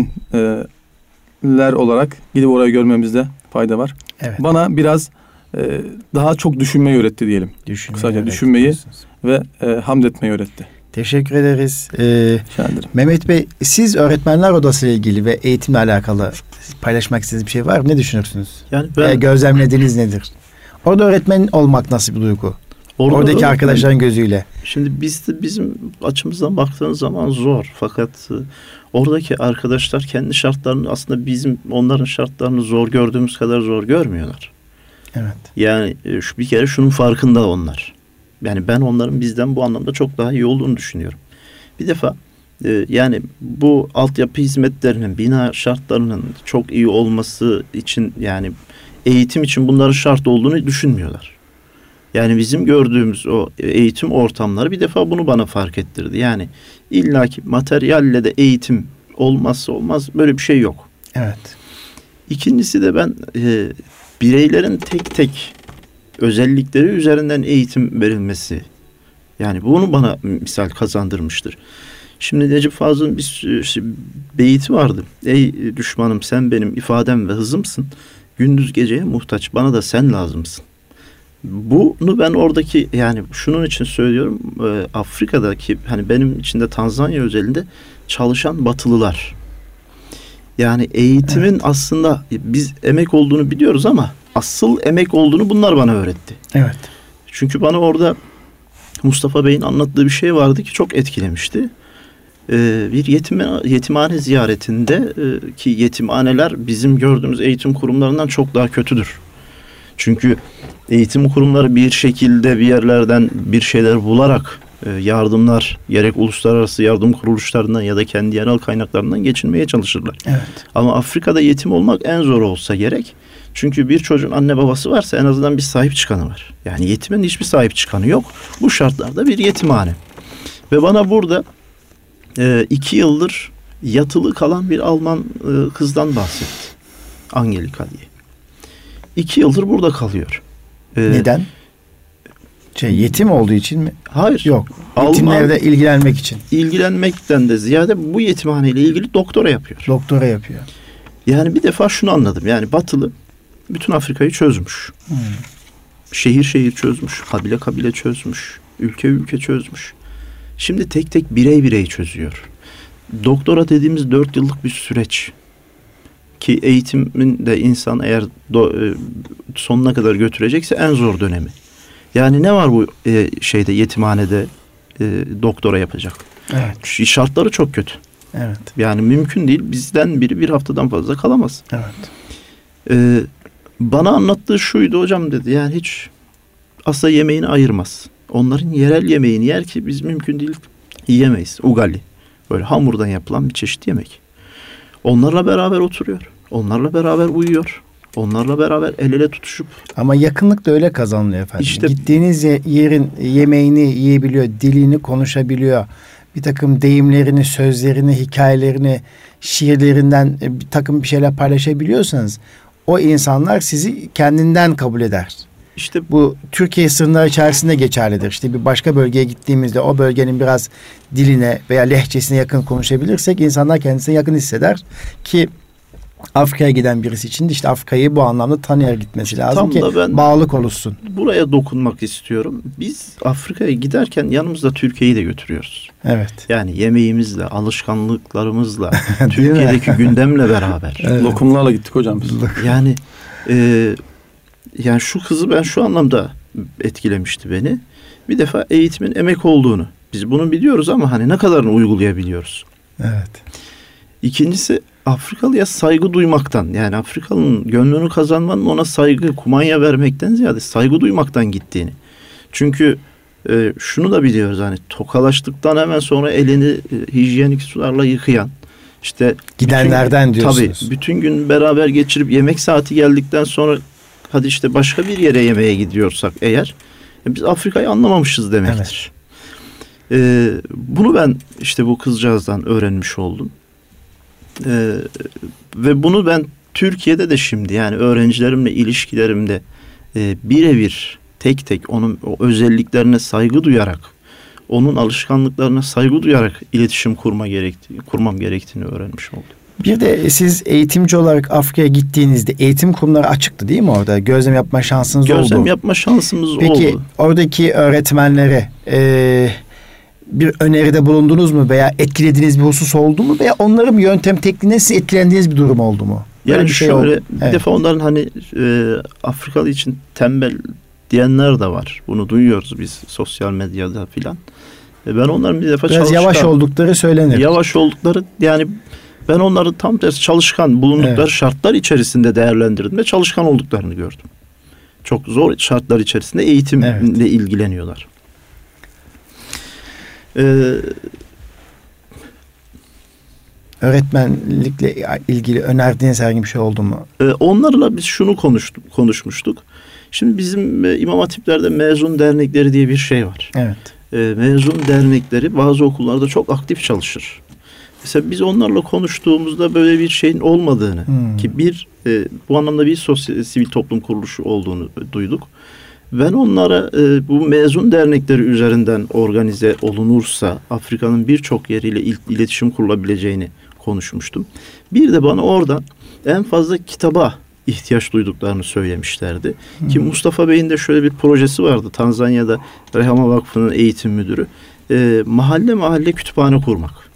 öğretmenler olarak gidip orayı görmemizde fayda var. Evet. Bana biraz e, daha çok düşünmeyi öğretti diyelim. Düşünmeyi Kısaca öğretti düşünmeyi diyorsunuz. ve e, hamd etmeyi öğretti. Teşekkür ederiz. Ee, Mehmet Bey, siz öğretmenler odası ile ilgili ve eğitimle alakalı paylaşmak istediğiniz bir şey var mı? Ne düşünürsünüz? Yani ben, ee, gözlemlediğiniz nedir? Orada öğretmen olmak nasıl bir duygu? Orada Oradaki öğretmen, arkadaşların gözüyle. Şimdi biz de bizim açımızdan baktığınız zaman zor. Fakat oradaki arkadaşlar kendi şartlarını aslında bizim onların şartlarını zor gördüğümüz kadar zor görmüyorlar. Evet. Yani şu bir kere şunun farkında onlar. Yani ben onların bizden bu anlamda çok daha iyi olduğunu düşünüyorum. Bir defa e, yani bu altyapı hizmetlerinin, bina şartlarının çok iyi olması için yani eğitim için bunların şart olduğunu düşünmüyorlar. Yani bizim gördüğümüz o eğitim ortamları bir defa bunu bana fark ettirdi. Yani illaki materyalle de eğitim olmazsa olmaz böyle bir şey yok. Evet. İkincisi de ben e, bireylerin tek tek özellikleri üzerinden eğitim verilmesi. Yani bunu bana misal kazandırmıştır. Şimdi Necip Fazıl'ın bir beyti vardı. Ey düşmanım sen benim ifadem ve hızımsın. Gündüz geceye muhtaç bana da sen lazımsın. Bunu ben oradaki yani şunun için söylüyorum. E, Afrika'daki hani benim içinde Tanzanya özelinde çalışan Batılılar. Yani eğitimin evet. aslında biz emek olduğunu biliyoruz ama asıl emek olduğunu bunlar bana öğretti. Evet. Çünkü bana orada Mustafa Bey'in anlattığı bir şey vardı ki çok etkilemişti. Ee, bir yetime, yetimhane ziyaretinde e, ki yetimhaneler bizim gördüğümüz eğitim kurumlarından çok daha kötüdür. Çünkü eğitim kurumları bir şekilde bir yerlerden bir şeyler bularak e, yardımlar gerek uluslararası yardım kuruluşlarından ya da kendi yerel kaynaklarından geçinmeye çalışırlar. Evet. Ama Afrika'da yetim olmak en zor olsa gerek. Çünkü bir çocuğun anne babası varsa en azından bir sahip çıkanı var. Yani yetimin hiçbir sahip çıkanı yok. Bu şartlarda bir yetimhane. Ve bana burada e, iki yıldır yatılı kalan bir Alman e, kızdan bahsetti. Angelika diye. İki yıldır burada kalıyor. Ee, Neden? Şey, yetim olduğu için mi? Hayır. Yok. Yetimlerle ilgilenmek için. İlgilenmekten de ziyade bu yetimhaneyle ilgili doktora yapıyor. Doktora yapıyor. Yani bir defa şunu anladım. Yani Batılı bütün Afrika'yı çözmüş. Hmm. Şehir şehir çözmüş. Kabile kabile çözmüş. Ülke ülke çözmüş. Şimdi tek tek birey birey çözüyor. Doktora dediğimiz dört yıllık bir süreç. Ki eğitimin de insan eğer do, e, sonuna kadar götürecekse en zor dönemi. Yani ne var bu e, şeyde yetimhanede e, doktora yapacak? Evet. Şartları çok kötü. Evet. Yani mümkün değil. Bizden biri bir haftadan fazla kalamaz. Evet. Ee, bana anlattığı şuydu hocam dedi. Yani hiç asa yemeğini ayırmaz. Onların yerel yemeğini yer ki biz mümkün değil yiyemeyiz. Ugali. Böyle hamurdan yapılan bir çeşit yemek. Onlarla beraber oturuyor. Onlarla beraber uyuyor. Onlarla beraber el ele tutuşup. Ama yakınlık da öyle kazanılıyor efendim. İşte, gittiğiniz yerin yemeğini yiyebiliyor, dilini konuşabiliyor. Bir takım deyimlerini, sözlerini, hikayelerini, şiirlerinden bir takım bir şeyler paylaşabiliyorsanız o insanlar sizi kendinden kabul eder. İşte bu Türkiye sınırları içerisinde geçerlidir. İşte bir başka bölgeye gittiğimizde o bölgenin biraz diline veya lehçesine yakın konuşabilirsek insanlar kendisine yakın hisseder ki Afrika'ya giden birisi için de işte Afrika'yı bu anlamda tanıyarak gitmesi işte lazım ki bağlılık oluşsun. Buraya dokunmak istiyorum. Biz Afrika'ya giderken yanımızda Türkiye'yi de götürüyoruz. Evet. Yani yemeğimizle, alışkanlıklarımızla, Türkiye'deki gündemle beraber. Evet. Lokumlarla gittik hocam biz. Yani e, yani şu kızı ben şu anlamda etkilemişti beni. Bir defa eğitimin emek olduğunu. Biz bunu biliyoruz ama hani ne kadarını uygulayabiliyoruz? Evet. İkincisi Afrikalıya saygı duymaktan, yani Afrikalı'nın gönlünü kazanmanın ona saygı, kumanya vermekten ziyade saygı duymaktan gittiğini. Çünkü e, şunu da biliyoruz, hani tokalaştıktan hemen sonra elini e, hijyenik sularla yıkayan, işte gidenlerden bütün, diyorsunuz. Tabii bütün gün beraber geçirip yemek saati geldikten sonra hadi işte başka bir yere yemeğe gidiyorsak eğer e, biz Afrika'yı anlamamışız demektir. Evet. E, bunu ben işte bu kızcağızdan öğrenmiş oldum. Ee, ve bunu ben Türkiye'de de şimdi yani öğrencilerimle ilişkilerimde e, birebir tek tek onun o özelliklerine saygı duyarak, onun alışkanlıklarına saygı duyarak iletişim kurma gerektiği, kurmam gerektiğini öğrenmiş oldum. Bir de siz eğitimci olarak Afrika'ya gittiğinizde eğitim kurumları açıktı değil mi orada? Gözlem yapma şansınız Gözlem oldu. Gözlem yapma şansımız Peki, oldu. Peki oradaki öğretmenlere e, bir öneride bulundunuz mu veya etkilediğiniz bir husus oldu mu veya onların yöntem tekniğine siz etkilendiğiniz bir durum oldu mu? Böyle yani bir şey şöyle oldu. bir Evet. defa onların hani e, Afrikalı için tembel diyenler de var. Bunu duyuyoruz biz sosyal medyada filan. E, ben onların bir defa biraz çalışkan, yavaş oldukları söylenir. Yavaş oldukları yani ben onları tam tersi çalışkan bulundukları evet. şartlar içerisinde değerlendirdim ve çalışkan olduklarını gördüm. Çok zor şartlar içerisinde eğitimle evet. ilgileniyorlar. Ee, öğretmenlikle ilgili önerdiğiniz herhangi bir şey oldu mu? E, onlarla biz şunu konuştuk, konuşmuştuk. Şimdi bizim e, İmam Hatipler'de mezun dernekleri diye bir şey var. Evet. E, mezun dernekleri bazı okullarda çok aktif çalışır. Mesela biz onlarla konuştuğumuzda böyle bir şeyin olmadığını hmm. ki bir e, bu anlamda bir sosyal sivil toplum kuruluşu olduğunu duyduk. Ben onlara e, bu mezun dernekleri üzerinden organize olunursa Afrika'nın birçok yeriyle il, iletişim kurulabileceğini konuşmuştum. Bir de bana oradan en fazla kitaba ihtiyaç duyduklarını söylemişlerdi. Hmm. Ki Mustafa Bey'in de şöyle bir projesi vardı. Tanzanya'da Rehama Vakfı'nın eğitim müdürü. E, mahalle mahalle kütüphane kurmak.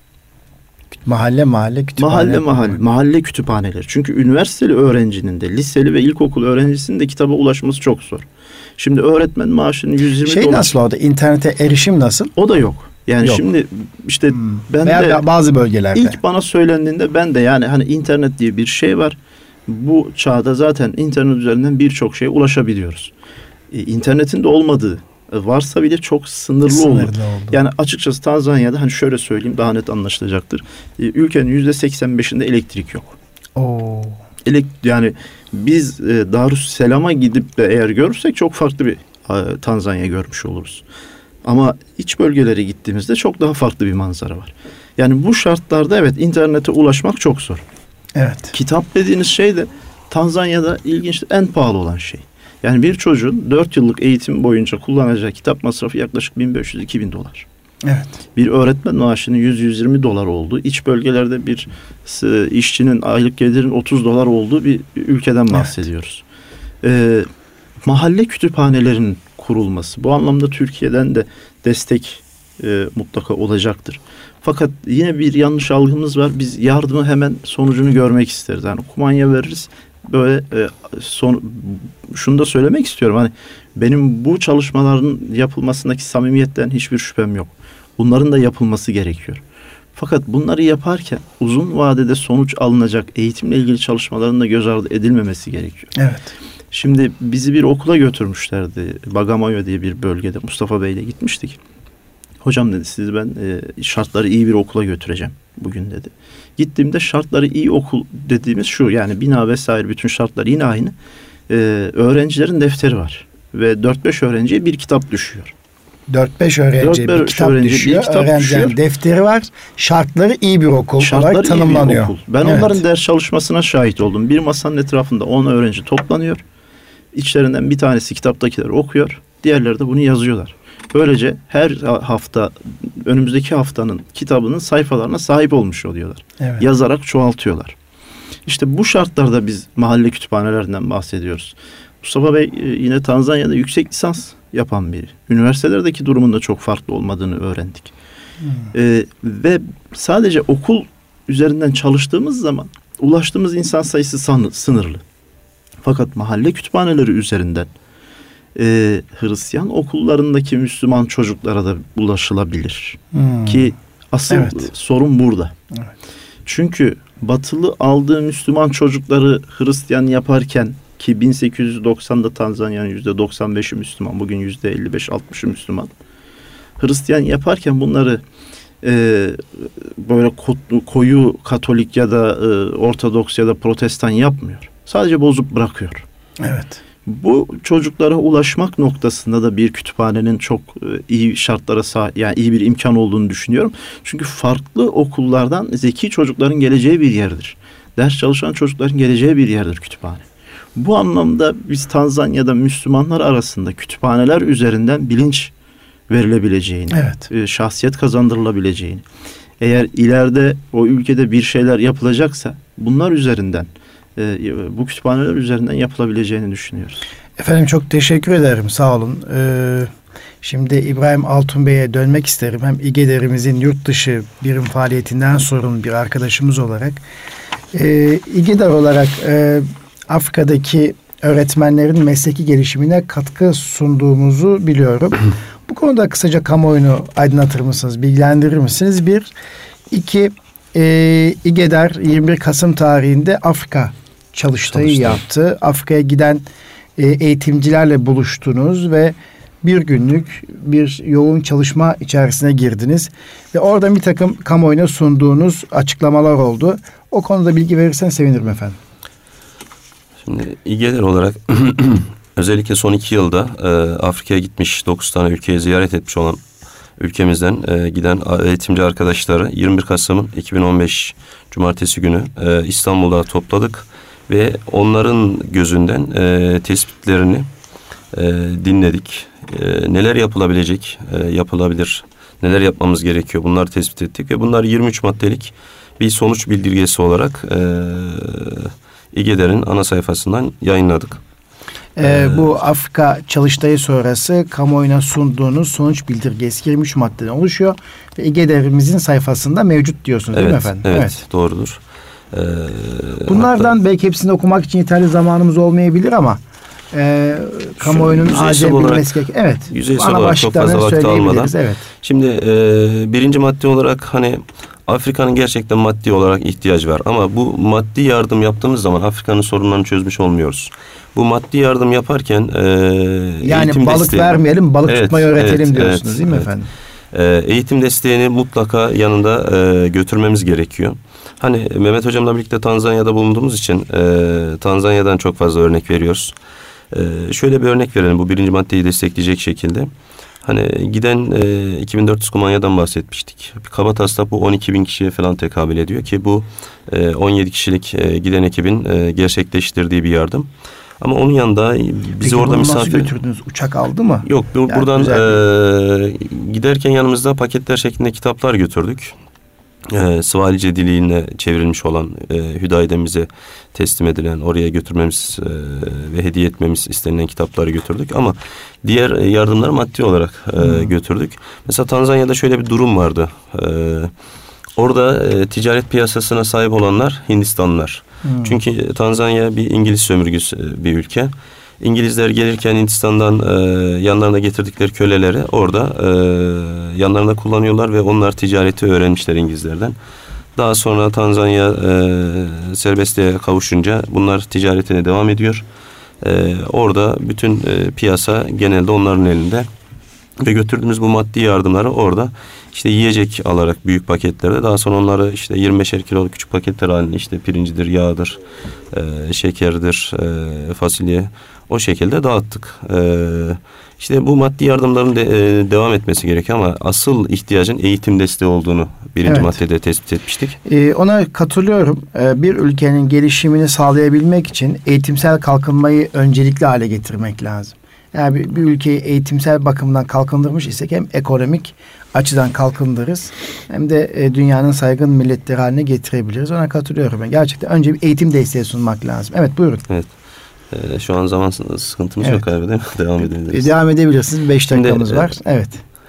Mahalle mahalle kütüphane. Mahalle mahalle, mahalle kütüphaneleri. Çünkü üniversiteli öğrencinin de liseli ve ilkokul öğrencisinin de kitaba ulaşması çok zor. Şimdi öğretmen maaşının yüz yirmi şey dolar. Nasıl orada? İnternete erişim nasıl? O da yok. Yani yok. Şimdi işte hmm. ben Veya de bazı bölgelerde. İlk bana söylendiğinde ben de yani hani internet diye bir şey var. Bu çağda zaten internet üzerinden birçok şeye ulaşabiliyoruz. Ee, internetin de olmadığı varsa bile çok sınırlı, sınırlı olur. Oldu. Yani açıkçası Tanzanya'da hani şöyle söyleyeyim daha net anlaşılacaktır. Ee, ülkenin yüzde seksen beşinde elektrik yok. Oo. Elek, yani biz e, Darüsselam'a gidip de eğer görürsek çok farklı bir e, Tanzanya görmüş oluruz. Ama iç bölgelere gittiğimizde çok daha farklı bir manzara var. Yani bu şartlarda evet internete ulaşmak çok zor. Evet. Kitap dediğiniz şey de Tanzanya'da ilginç en pahalı olan şey. Yani bir çocuğun dört yıllık eğitim boyunca kullanacağı kitap masrafı yaklaşık bin beş yüz iki bin dolar. Evet. Bir öğretmen maaşının yüz yüz yirmi dolar olduğu, iç bölgelerde bir işçinin aylık gelirin otuz dolar olduğu bir ülkeden bahsediyoruz. Evet. Ee, mahalle kütüphanelerinin kurulması, bu anlamda Türkiye'den de destek e, mutlaka olacaktır. Fakat yine bir yanlış algımız var. Biz yardımı hemen sonucunu görmek isteriz. Yani kumanya veririz. Böyle e, son, şunu da söylemek istiyorum. Hani benim bu çalışmaların yapılmasındaki samimiyetten hiçbir şüphem yok. Bunların da yapılması gerekiyor. Fakat bunları yaparken uzun vadede sonuç alınacak eğitimle ilgili çalışmaların da göz ardı edilmemesi gerekiyor. Evet. Şimdi bizi bir okula götürmüşlerdi. Bagamoyo diye bir bölgede. Mustafa Bey'le gitmiştik. Hocam dedi, sizi ben e, şartları iyi bir okula götüreceğim bugün dedi. Gittiğimde şartları iyi okul dediğimiz şu, yani bina vesaire bütün şartlar yine aynı. E, öğrencilerin defteri var. Ve dört beş öğrenciye bir kitap düşüyor. dört beş öğrenciye bir kitap düşüyor. Öğrencinin defteri var. Şartları iyi bir okul şartları olarak tanımlanıyor. Okul. Ben evet. onların ders çalışmasına şahit oldum. Bir masanın etrafında on öğrenci toplanıyor. İçlerinden bir tanesi kitaptakileri okuyor. Diğerleri de bunu yazıyorlar. Böylece her hafta, önümüzdeki haftanın kitabının sayfalarına sahip olmuş oluyorlar. Evet. Yazarak çoğaltıyorlar. İşte bu şartlarda biz mahalle kütüphanelerinden bahsediyoruz. Mustafa Bey yine Tanzanya'da yüksek lisans yapan biri. Üniversitelerdeki durumun da çok farklı olmadığını öğrendik. Hmm. Ee, ve sadece okul üzerinden çalıştığımız zaman ulaştığımız insan sayısı san- sınırlı. Fakat mahalle kütüphaneleri üzerinden e, Hristiyan okullarındaki Müslüman çocuklara da ulaşılabilir. Hmm. Ki asıl evet. sorun burada. Evet. Çünkü batılı aldığı Müslüman çocukları Hristiyan yaparken, ki bin sekiz yüz doksanda Tanzanya'nın yüzde doksan beşi Müslüman, bugün yüzde elli beş altmışı Müslüman. Hristiyan yaparken bunları e, böyle ko- koyu Katolik ya da e, Ortodoks ya da Protestan yapmıyor. Sadece bozup bırakıyor. Evet. Bu çocuklara ulaşmak noktasında da bir kütüphanenin çok e, iyi şartlara sahip, yani iyi bir imkan olduğunu düşünüyorum. Çünkü farklı okullardan zeki çocukların geleceği bir yerdir. Ders çalışan çocukların geleceği bir yerdir kütüphane. Bu anlamda biz Tanzanya'da Müslümanlar arasında kütüphaneler üzerinden bilinç verilebileceğini, evet. e, şahsiyet kazandırılabileceğini, eğer ileride o ülkede bir şeyler yapılacaksa bunlar üzerinden, e, bu kütüphaneler üzerinden yapılabileceğini düşünüyoruz. Efendim çok teşekkür ederim, sağ olun. Ee, şimdi İbrahim Altun Bey'e dönmek isterim. Hem İGEDER'imizin yurt dışı birim faaliyetinden sorumlu bir arkadaşımız olarak. Ee, İGEDER olarak e, Afrika'daki öğretmenlerin mesleki gelişimine katkı sunduğumuzu biliyorum. Bu konuda kısaca kamuoyunu aydınlatır mısınız, bilgilendirir misiniz? Bir. İki, e, İGEDER yirmi bir Kasım tarihinde Afrika çalıştayı Çalıştay. yaptı. Afrika'ya giden e, eğitimcilerle buluştunuz ve bir günlük bir yoğun çalışma içerisine girdiniz. Ve orada bir takım kamuoyuna sunduğunuz açıklamalar oldu. O konuda bilgi verirsen sevinirim efendim. Şimdi İGEDER olarak özellikle son iki yılda e, Afrika'ya gitmiş, dokuz tane ülkeye ziyaret etmiş olan ülkemizden e, giden eğitimci arkadaşları yirmi bir Kasım iki bin on beş Cumartesi günü e, İstanbul'da topladık ve onların gözünden e, tespitlerini e, dinledik. E, neler yapılabilecek, e, yapılabilir, neler yapmamız gerekiyor, bunları tespit ettik ve bunlar yirmi üç maddelik bir sonuç bildirgesi olarak e, İGEDER'in ana sayfasından yayınladık. Ee, ee, bu Afrika çalıştayı sonrası kamuoyuna sunduğunuz sonuç bildirgesi yirmi üç maddeden oluşuyor ve İGEDER'imizin sayfasında mevcut diyorsunuz, evet, değil mi efendim? Evet, evet. Doğrudur. Ee, Bunlardan hatta, belki hepsini okumak için yeterli zamanımız olmayabilir ama e, kamuoyunun acil bilmesi gereken. Evet. Yüzeysel olarak çok fazla vakit almadan. Evet. Şimdi e, birinci madde olarak hani Afrika'nın gerçekten maddi olarak ihtiyacı var. Ama bu maddi yardım yaptığımız zaman Afrika'nın sorunlarını çözmüş olmuyoruz. Bu maddi yardım yaparken e, yani eğitim balık desteği, vermeyelim, balık evet, tutmayı öğretelim evet, diyorsunuz, evet, değil mi evet. efendim? E, eğitim desteğini mutlaka yanında e, götürmemiz gerekiyor. Hani Mehmet Hocam'la birlikte Tanzanya'da bulunduğumuz için e, Tanzanya'dan çok fazla örnek veriyoruz. E, şöyle bir örnek verelim bu birinci maddeyi destekleyecek şekilde. Hani giden e, iki bin dört yüz Kumanya'dan bahsetmiştik. Kabataslak bu on iki bin kişiye falan tekabül ediyor ki bu e, on yedi kişilik e, giden ekibin e, gerçekleştirdiği bir yardım. Ama onun yanında bizi Peki, orada misafir... Peki nasıl götürdünüz? Uçak aldı mı? Yok bu, yani buradan e, giderken yanımızda paketler şeklinde kitaplar götürdük. E, Sıvalice diliyle çevrilmiş olan e, Hüdayi'den bize teslim edilen, oraya götürmemiz e, ve hediye etmemiz istenilen kitapları götürdük. Ama diğer yardımları maddi olarak e, hmm. götürdük. Mesela Tanzanya'da şöyle bir durum vardı. E, orada e, ticaret piyasasına sahip olanlar Hindistanlılar. Hmm. Çünkü Tanzanya bir İngiliz sömürgesi bir ülke. İngilizler gelirken Hindistan'dan e, yanlarına getirdikleri köleleri orada e, yanlarında kullanıyorlar ve onlar ticareti öğrenmişler İngilizlerden. Daha sonra Tanzanya e, serbestliğe kavuşunca bunlar ticaretine devam ediyor E, orada bütün e, piyasa genelde onların elinde. Ve götürdüğümüz bu maddi yardımları orada işte yiyecek alarak büyük paketlerde, daha sonra onları işte yirmi beşer kiloluk küçük paketler halinde işte pirincidir, yağdır, e, şekerdir, e, fasulye, o şekilde dağıttık. E, işte bu maddi yardımların de, e, devam etmesi gerekiyor ama asıl ihtiyacın eğitim desteği olduğunu birinci evet. maddede tespit etmiştik. Ee, ona katılıyorum. Ee, bir ülkenin gelişimini sağlayabilmek için eğitimsel kalkınmayı öncelikli hale getirmek lazım. Yani bir, bir ülkeyi eğitimsel bakımdan kalkındırmış isek hem ekonomik açıdan kalkındırırız hem de e, dünyanın saygın milletleri haline getirebiliriz. Ona katılıyorum ben. Gerçekten önce bir eğitim desteği sunmak lazım. Evet, buyurun. Evet. Ee, şu an zaman sıkıntımız evet. yok abi, değil mi? Devam edebiliriz. Devam edebilirsiniz. Beş dakikamız Şimdi, var. Evet.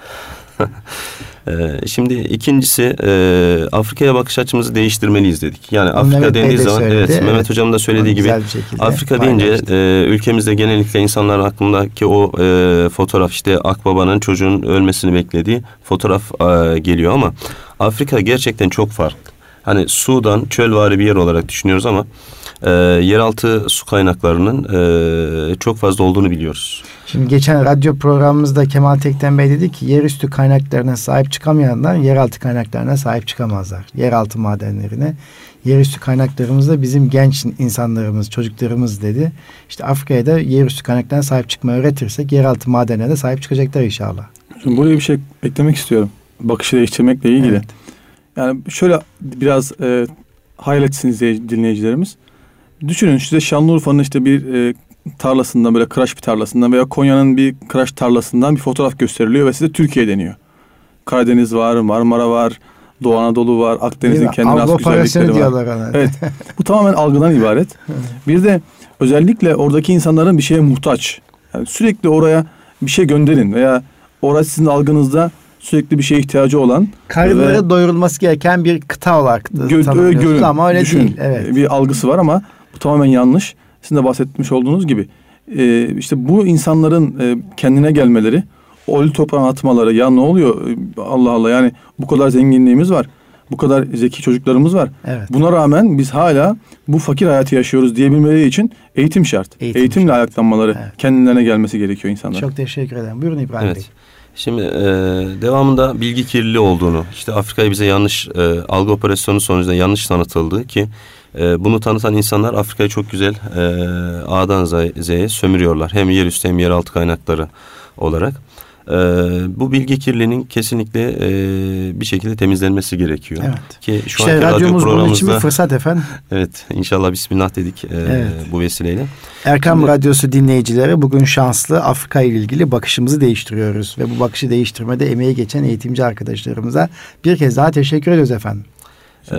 Ee, şimdi ikincisi e, Afrika'ya bakış açımızı değiştirmeliyiz dedik. Yani Afrika Mehmet dendiği zaman söyledi, evet, evet Mehmet Hocam da söylediği gibi Afrika deyince e, ülkemizde genellikle insanların aklındaki o e, fotoğraf, işte Akbaba'nın çocuğun ölmesini beklediği fotoğraf e, geliyor ama Afrika gerçekten çok farklı. Hani Sudan çölvari bir yer olarak düşünüyoruz ama e, yeraltı su kaynaklarının e, çok fazla olduğunu biliyoruz. Şimdi geçen radyo programımızda Kemal Tekten Bey dedi ki yerüstü kaynaklarına sahip çıkamayanlar yeraltı kaynaklarına sahip çıkamazlar. Yeraltı madenlerine. Yerüstü kaynaklarımız da bizim genç insanlarımız, çocuklarımız dedi. İşte Afrika'ya da yerüstü kaynaklarına sahip çıkmayı öğretirsek yeraltı madenlerine de sahip çıkacaklar inşallah. Şimdi buraya bir şey eklemek istiyorum. Bakışı değiştirmekle ilgili. Evet. Yani şöyle biraz e, hayal etsin dinleyicilerimiz. Düşünün size Şanlıurfa'nın işte bir e, tarlasından, böyle kıraç bir tarlasından veya Konya'nın bir kıraç tarlasından bir fotoğraf gösteriliyor ve size Türkiye deniyor. Karadeniz var, Marmara var, Doğu Anadolu var, Akdeniz'in kendine has güzellikleri var. Evet. Bu tamamen algıdan ibaret. Bir de özellikle oradaki insanların bir şeye muhtaç. Yani sürekli oraya bir şey gönderin veya orası sizin algınızda sürekli bir şeye ihtiyacı olan, karınları doyurulması gereken bir kıta olarak gö- tanımlıyorsunuz ama öyle düşün, değil. Evet. Bir algısı var ama bu tamamen yanlış. Sizin de bahsetmiş olduğunuz gibi e, işte bu insanların e, kendine gelmeleri, o ölü toprağa atmaları, ya ne oluyor Allah Allah, yani bu kadar zenginliğimiz var, bu kadar zeki çocuklarımız var. Evet. Buna rağmen biz hala bu fakir hayatı yaşıyoruz diyebilmeleri için eğitim şart. Eğitim Eğitimle şart. ayaklanmaları, evet. kendilerine gelmesi gerekiyor insanlar. Çok teşekkür ederim. Buyurun İbrahim evet. Bey. Şimdi e, devamında bilgi kirliliği olduğunu, işte Afrika'yı bize yanlış e, algı operasyonu sonucunda yanlış tanıtıldığı ki e, bunu tanıtan insanlar Afrika'yı çok güzel e, A'dan Z'ye sömürüyorlar. Hem yerüstü hem yeraltı kaynakları olarak. E, bu bilgi kirliliğinin kesinlikle e, bir şekilde temizlenmesi gerekiyor. Evet. Ki şu işte anki radyomuz radyo bunun için bir fırsat efendim. Evet, inşallah bismillah dedik e, evet. bu vesileyle. Erkam Şimdi, Radyosu dinleyicileri, bugün şanslı Afrika ile ilgili bakışımızı değiştiriyoruz ve bu bakışı değiştirmede emeği geçen eğitimci arkadaşlarımıza bir kez daha teşekkür ediyoruz efendim. Ee,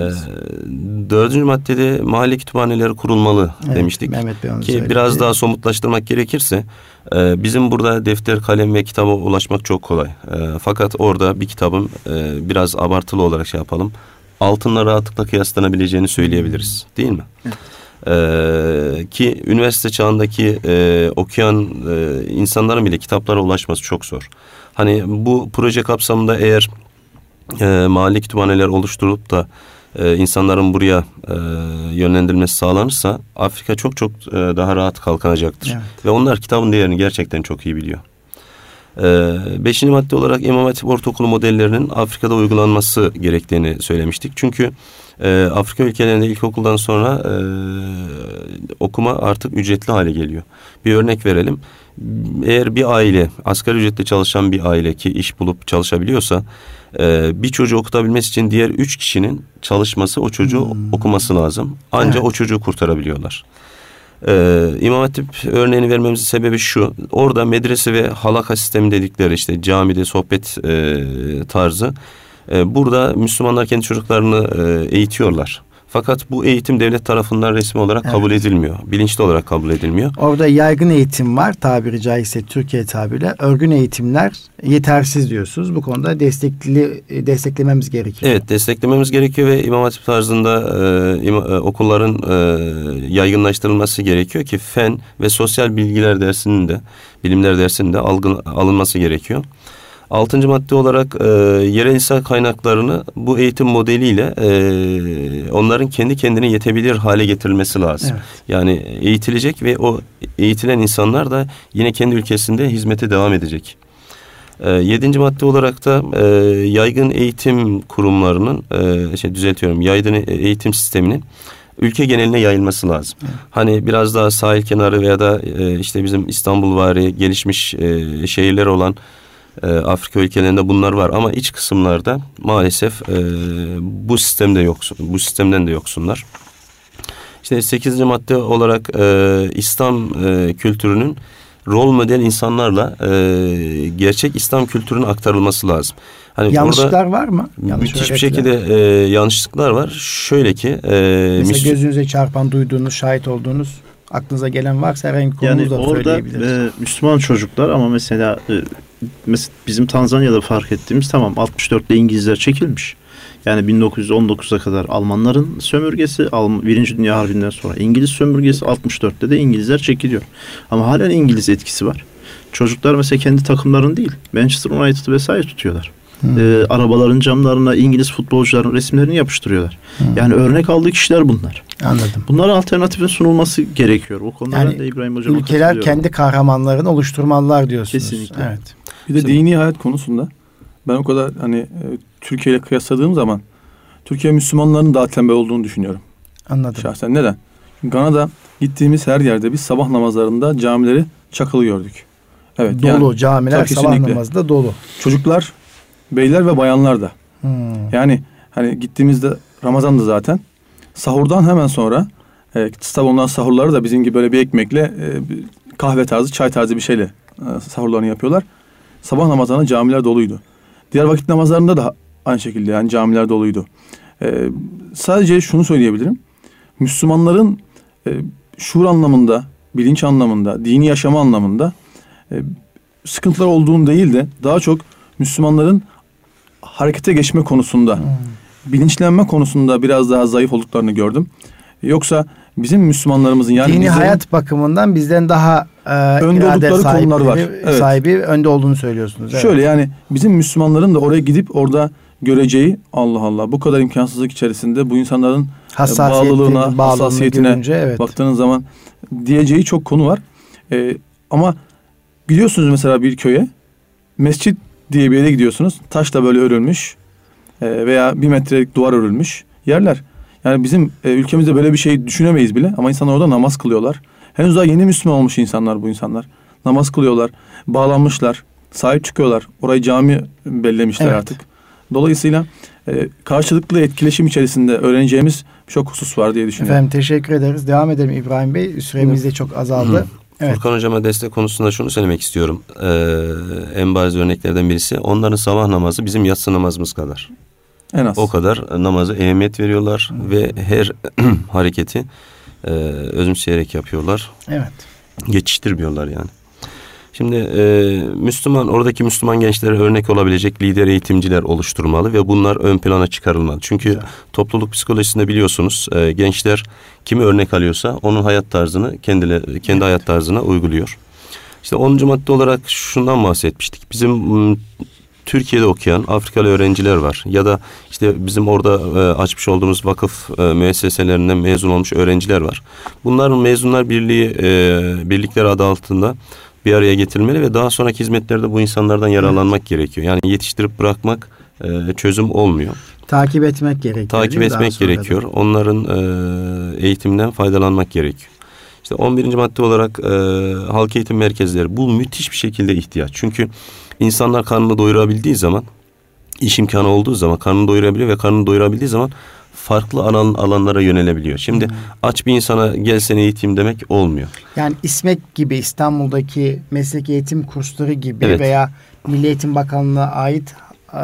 dördüncü maddede mahalle kütüphaneleri kurulmalı evet, demiştik. Mehmet Bey onu ki söyledi. Biraz daha somutlaştırmak gerekirse e, bizim burada defter, kalem ve kitaba ulaşmak çok kolay. E, fakat orada bir kitabın e, biraz abartılı olarak şey yapalım, altınla rahatlıkla kıyaslanabileceğini söyleyebiliriz, değil mi? Evet. Ee, ki üniversite çağındaki e, okuyan e, insanların bile kitaplara ulaşması çok zor. Hani bu proje kapsamında eğer e, mahalle kütüphaneler oluşturup da e, insanların buraya e, yönlendirilmesi sağlanırsa Afrika çok çok e, daha rahat kalkınacaktır. Evet. Ve onlar kitabın değerini gerçekten çok iyi biliyor. Ee, beşinci madde olarak İmam Hatip Ortaokulu modellerinin Afrika'da uygulanması gerektiğini söylemiştik. Çünkü e, Afrika ülkelerinde ilkokuldan sonra e, okuma artık ücretli hale geliyor. Bir örnek verelim. Eğer bir aile, asgari ücretli çalışan bir aile ki iş bulup çalışabiliyorsa e, bir çocuğu okutabilmesi için diğer üç kişinin çalışması, o çocuğu hmm. okuması lazım. Ancak evet. o çocuğu kurtarabiliyorlar. Ee, İmam Hatip örneğini vermemizin sebebi şu: orada medrese ve halaka sistemi dedikleri işte camide sohbet e, tarzı, e, burada Müslümanlar kendi çocuklarını e, eğitiyorlar. Fakat bu eğitim devlet tarafından resmi olarak evet. kabul edilmiyor. Bilinçli olarak kabul edilmiyor. Orada yaygın eğitim var, tabiri caizse Türkiye tabiriyle. Örgün eğitimler yetersiz diyorsunuz. Bu konuda destekli desteklememiz gerekiyor. Evet, desteklememiz gerekiyor ve İmam Hatip tarzında e, ima, e, okulların e, yaygınlaştırılması gerekiyor ki fen ve sosyal bilgiler dersinin de, bilimler dersinin de algın, alınması gerekiyor. Altıncı madde olarak e, yerel insan kaynaklarını bu eğitim modeliyle e, onların kendi kendine yetebilir hale getirilmesi lazım. Evet. Yani eğitilecek ve o eğitilen insanlar da yine kendi ülkesinde hizmete devam edecek. E, yedinci madde olarak da e, yaygın eğitim kurumlarının, e, şey düzeltiyorum, yaygın eğitim sisteminin ülke geneline yayılması lazım. Evet. Hani biraz daha sahil kenarı veya da e, işte bizim İstanbulvari gelişmiş e, şehirler olan e, Afrika ülkelerinde bunlar var ama iç kısımlarda maalesef e, bu sistemde yoksun, bu sistemden de yoksunlar. İşte sekizinci madde olarak e, İslam e, kültürünün rol model insanlarla e, gerçek İslam kültürünün aktarılması lazım. Hani yanlışlıklar var mı? Yanlış müthiş bir şekilde e, yanlışlıklar var. Şöyle ki... E, Mesela Müslü... gözünüze çarpan, duyduğunuz, şahit olduğunuz, aklınıza gelen varsa herhangi bir yani konumuzda söyleyebiliriz. Yani orada e, Müslüman çocuklar ama mesela, e, mesela bizim Tanzanya'da fark ettiğimiz, tamam altmış dörtte İngilizler çekilmiş. Yani bin dokuz yüz on dokuza kadar Almanların sömürgesi, Birinci Dünya Harbi'nden sonra İngiliz sömürgesi, altmış dörtte de İngilizler çekiliyor. Ama halen İngiliz etkisi var. Çocuklar mesela kendi takımların değil, Manchester United vesaire tutuyorlar. Hmm. Ee, arabaların camlarına İngiliz futbolcuların resimlerini yapıştırıyorlar. Hmm. Yani örnek aldığı kişiler bunlar. Anladım. Bunlara alternatifin sunulması gerekiyor. O konuda yani ben de İbrahim Hocam'a ülkeler kendi kahramanlarını oluşturmalılar diyorsunuz. Kesinlikle. Evet. Bir de Kesinlikle. dini hayat konusunda ben o kadar hani e, Türkiye ile kıyasladığım zaman Türkiye Müslümanlarının daha tembel olduğunu düşünüyorum. Anladım. Şahsen neden? Çünkü Gana'da gittiğimiz her yerde biz sabah namazlarında camileri çakılı gördük. Evet. Dolu yani, camiler sabah namazında dolu. Çocuklar, beyler ve bayanlar da. Hmm. Yani hani gittiğimizde Ramazan'da zaten sahurdan hemen sonra e, tabi onların sahurları da bizim gibi böyle bir ekmekle e, kahve tarzı, çay tarzı bir şeyle e, sahurlarını yapıyorlar. Sabah namazlarında camiler doluydu. Diğer vakit namazlarında da aynı şekilde yani camiler doluydu. E, sadece şunu söyleyebilirim. Müslümanların e, şuur anlamında, bilinç anlamında, dini yaşama anlamında e, sıkıntılar olduğunu değil de daha çok Müslümanların harekete geçme konusunda, hmm. bilinçlenme konusunda biraz daha zayıf olduklarını gördüm. Yoksa bizim Müslümanlarımızın yani dini hayat bakımından bizden daha e, önde oldukları konular var. Evet. Sahibi önde olduğunu söylüyorsunuz. Evet. Şöyle yani bizim Müslümanların da oraya gidip orada göreceği, Allah Allah, bu kadar imkansızlık içerisinde bu insanların bağlılığına, hassasiyetine görünce, evet. baktığınız zaman diyeceği çok konu var. Ee, ama gidiyorsunuz mesela bir köye, mescit diye bir yere gidiyorsunuz. Taşla böyle örülmüş e, veya bir metrelik duvar örülmüş yerler. Yani bizim e, ülkemizde böyle bir şey düşünemeyiz bile ama insanlar orada namaz kılıyorlar. Henüz daha yeni Müslüman olmuş insanlar bu insanlar. Namaz kılıyorlar, bağlanmışlar, sahip çıkıyorlar. Orayı cami bellemişler evet. artık. Dolayısıyla e, karşılıklı etkileşim içerisinde öğreneceğimiz çok husus var diye düşünüyorum. Efendim teşekkür ederiz. Devam edelim İbrahim Bey. Süremiz de çok azaldı. Hı. Evet. Furkan Hocama destek konusunda şunu söylemek istiyorum. Ee, en bariz örneklerden birisi onların sabah namazı bizim yatsı namazımız kadar. En az. O kadar namaza ehemmiyet veriyorlar hmm. ve her hareketi e, özümseyerek yapıyorlar. Evet. Geçiştirmiyorlar yani. Şimdi e, Müslüman, oradaki Müslüman gençlere örnek olabilecek lider eğitimciler oluşturmalı ve bunlar ön plana çıkarılmalı. Çünkü Güzel. topluluk psikolojisinde biliyorsunuz e, gençler kimi örnek alıyorsa onun hayat tarzını kendileri, kendi evet. hayat tarzına uyguluyor. İşte onuncu madde olarak şundan bahsetmiştik. Bizim m, Türkiye'de okuyan Afrikalı öğrenciler var ya da işte bizim orada e, açmış olduğumuz vakıf e, müesseselerinden mezun olmuş öğrenciler var. Bunların Mezunlar Birliği e, birlikleri adı altında bir araya getirilmeli ve daha sonraki hizmetlerde bu insanlardan yararlanmak evet. gerekiyor. Yani yetiştirip bırakmak e, çözüm olmuyor. Takip etmek gerekiyor. Takip etmek gerekiyor. Da. Onların e, eğitiminden faydalanmak gerekiyor. İşte on birinci madde olarak e, halk eğitim merkezleri. Bu müthiş bir şekilde ihtiyaç. Çünkü insanlar karnını doyurabildiği zaman, iş imkanı olduğu zaman karnını doyurabiliyor ve karnını doyurabildiği zaman farklı alan, alanlara yönelebiliyor. Şimdi hmm. aç bir insana gel seni eğiteyim demek olmuyor. Yani İSMEK gibi İstanbul'daki meslek eğitim kursları gibi evet. veya Milli Eğitim Bakanlığı'na ait e,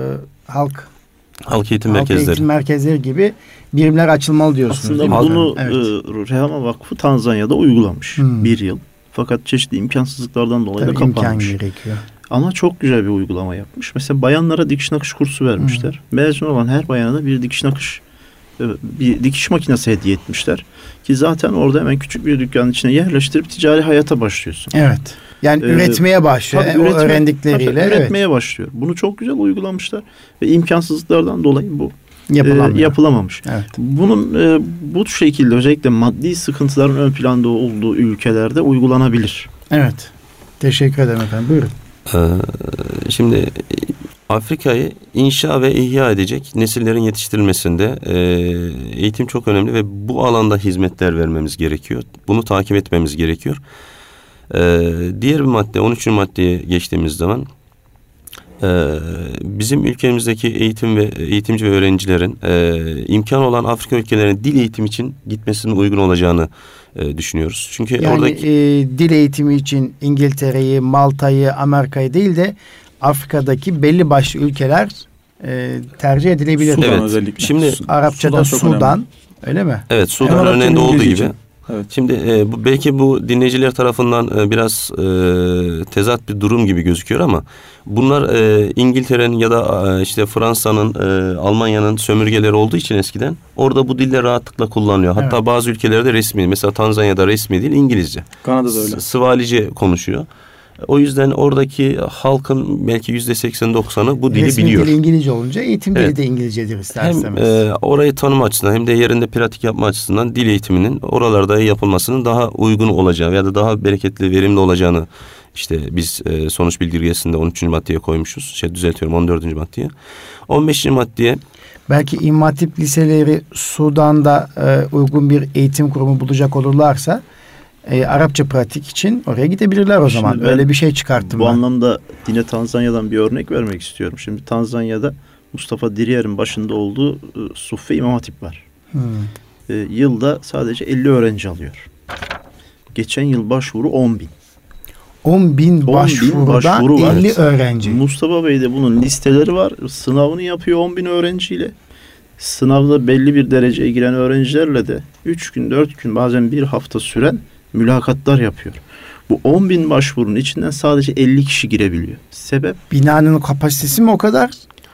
halk halk eğitim halk merkezleri. eğitim merkezleri gibi birimler açılmalı diyorsunuz. Aslında bunu evet. e, Rehama Vakfı Tanzanya'da uygulamış hmm. bir yıl. Fakat çeşitli imkansızlıklardan dolayı Tabii da kapanmış. İmkan gerekiyor. Ama çok güzel bir uygulama yapmış. Mesela bayanlara dikiş nakış kursu vermişler. Hmm. Mezun olan her bayana da bir dikiş nakış bir dikiş makinesi hediye etmişler. Ki zaten orada hemen küçük bir dükkanın içine yerleştirip ticari hayata başlıyorsun. Evet. Yani ee, üretmeye başlıyor. Tabii, o üretme, öğrendikleriyle. Tabii, üretmeye evet. başlıyor. Bunu çok güzel uygulamışlar. Ve imkansızlıklardan dolayı bu e, yapılamamış. Evet. Bunun e, bu şekilde özellikle maddi sıkıntıların ön planda olduğu ülkelerde uygulanabilir. Evet. Teşekkür ederim efendim. Buyurun. Ee, şimdi Afrika'yı inşa ve ihya edecek nesillerin yetiştirilmesinde e, eğitim çok önemli ve bu alanda hizmetler vermemiz gerekiyor. Bunu takip etmemiz gerekiyor. Ee, diğer bir madde, on üçüncü maddeye geçtiğimiz zaman e, bizim ülkemizdeki eğitim ve eğitimci ve öğrencilerin e, imkan olan Afrika ülkelerine dil eğitimi için gitmesinin uygun olacağını e, düşünüyoruz. Çünkü yani oradaki e, dil eğitimi için İngiltere'yi, Malta'yı, Amerika'yı değil de Afrika'daki belli başlı ülkeler e, tercih edilebilir. Sudan evet. özellikle. Şimdi Arapçada Sudan, Sudan öyle mi? Evet, Sudan yani örneğinde olduğu gibi. Için. Evet. Şimdi e, bu, belki bu dinleyiciler tarafından e, biraz e, tezat bir durum gibi gözüküyor ama bunlar e, İngiltere'nin ya da e, işte Fransa'nın, e, Almanya'nın sömürgeleri olduğu için eskiden orada bu diller rahatlıkla kullanılıyor. Hatta evet. bazı ülkelerde resmi, mesela Tanzanya'da resmi dil İngilizce. Kanada'da öyle. Sıvalice konuşuyor. O yüzden oradaki halkın belki yüzde seksen doksanı bu dili resmi biliyor. Resmi dili İngilizce olunca eğitim evet. dili de İngilizcedir ister istemez. Hem e, orayı tanıma açısından hem de yerinde pratik yapma açısından dil eğitiminin oralarda yapılmasının daha uygun olacağı ya da daha bereketli, verimli olacağını işte biz e, sonuç bildirgesinde on üçüncü maddeye koymuşuz. Şey düzeltiyorum on dördüncü maddeye. on beşinci maddeye belki İmam Hatip liseleri Sudan'da e, uygun bir eğitim kurumu bulacak olurlarsa E, Arapça pratik için oraya gidebilirler o zaman. Öyle bir şey çıkarttım bu ben. Bu anlamda yine Tanzanya'dan bir örnek vermek istiyorum. Şimdi Tanzanya'da Mustafa Diriyer'in başında olduğu e, Suffe İmam Hatip var. Hmm. E, yılda sadece elli öğrenci alıyor. Geçen yıl başvuru on bin. on bin başvuruda başvuru elli evet. öğrenci. Mustafa Bey'de bunun listeleri var. Sınavını yapıyor on bin öğrenciyle. Sınavda belli bir dereceye giren öğrencilerle de üç gün, dört gün, bazen bir hafta süren mülakatlar yapıyor. Bu on bin başvurunun içinden sadece elli kişi girebiliyor. Sebep? Binanın kapasitesi mi o kadar?